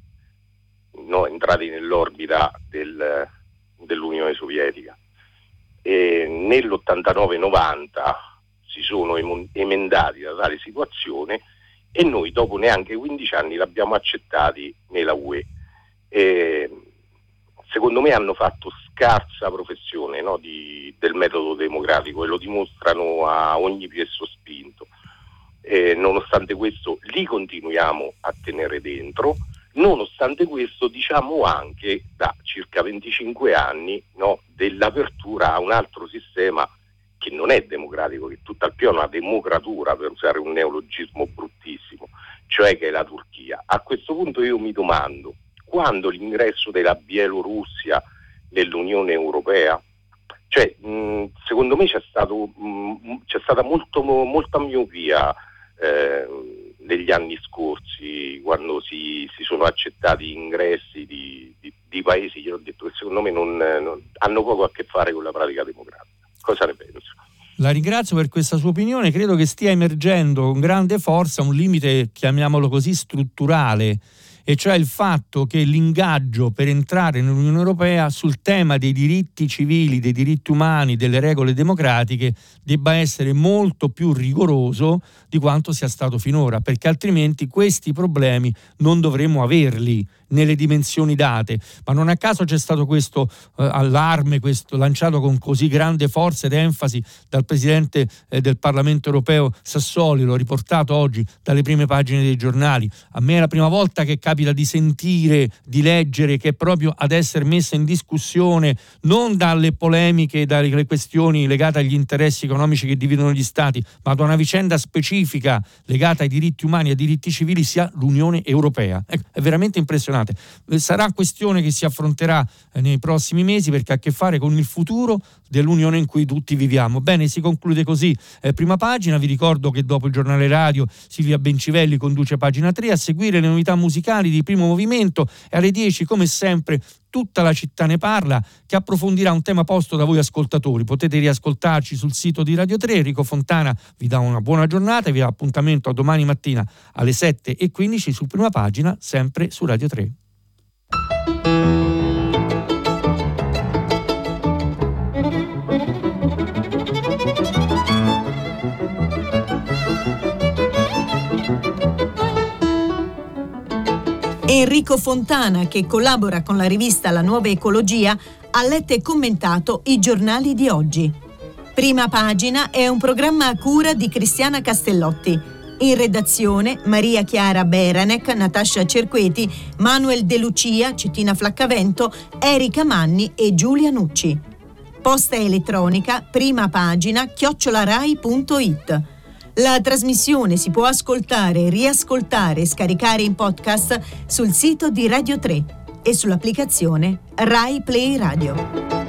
no, entrati nell'orbita del, dell'Unione Sovietica. E nell'ottantanove novanta si sono emendati da tale situazione e noi dopo neanche quindici anni l'abbiamo accettati nella U E. E, secondo me hanno fatto scarsa professione, no, di, del metodo democratico e lo dimostrano a ogni piè sospinto. E nonostante questo li continuiamo a tenere dentro, nonostante questo diciamo anche da circa venticinque anni, no, dell'apertura a un altro sistema che non è democratico, che tutt'al più è una democratura, per usare un neologismo bruttissimo, cioè che è la Turchia. A questo punto io mi domando, quando l'ingresso della Bielorussia nell'Unione Europea, cioè mh, secondo me c'è stato mh, c'è stata molto, molta miopia eh, negli anni scorsi quando si, si sono accettati ingressi di, di, di paesi che ho detto che secondo me non, non hanno poco a che fare con la pratica democratica. Cosa ne penso? La ringrazio per questa sua opinione. Credo che stia emergendo con grande forza un limite, chiamiamolo così, strutturale, e cioè il fatto che l'ingaggio per entrare nell'Unione Europea sul tema dei diritti civili, dei diritti umani, delle regole democratiche debba essere molto più rigoroso di quanto sia stato finora, perché altrimenti questi problemi non dovremmo averli nelle dimensioni date. Ma non a caso c'è stato questo eh, allarme, questo lanciato con così grande forza ed enfasi dal Presidente eh, del Parlamento Europeo Sassoli, l'ho riportato oggi dalle prime pagine dei giornali. A me è la prima volta che capita capita di sentire, di leggere, che è proprio ad essere messa in discussione non dalle polemiche, dalle questioni legate agli interessi economici che dividono gli stati, ma da una vicenda specifica legata ai diritti umani e ai diritti civili, sia l'Unione Europea. Ecco, è veramente impressionante. Sarà questione che si affronterà nei prossimi mesi, perché ha a che fare con il futuro dell'Unione in cui tutti viviamo. Bene, si conclude così eh, Prima Pagina. Vi ricordo che dopo il giornale radio Silvia Bencivelli conduce Pagina tre, a seguire le novità musicali di Primo Movimento, e alle dieci come sempre Tutta la città ne parla, che approfondirà un tema posto da voi ascoltatori. Potete riascoltarci sul sito di Radio tre. Enrico Fontana vi dà una buona giornata e vi dà appuntamento a domani mattina alle sette e quindici su Prima Pagina, sempre su Radio tre. Enrico Fontana, che collabora con la rivista La Nuova Ecologia, ha letto e commentato i giornali di oggi. Prima Pagina è un programma a cura di Cristiana Castellotti. In redazione Maria Chiara Beranec, Natascia Cerqueti, Manuel De Lucia, Cettina Flaccavento, Erika Manni e Giulia Nucci. Posta elettronica primapagina chiocciola-rai punto it. La trasmissione si può ascoltare, riascoltare e scaricare in podcast sul sito di Radio tre e sull'applicazione Rai Play Radio.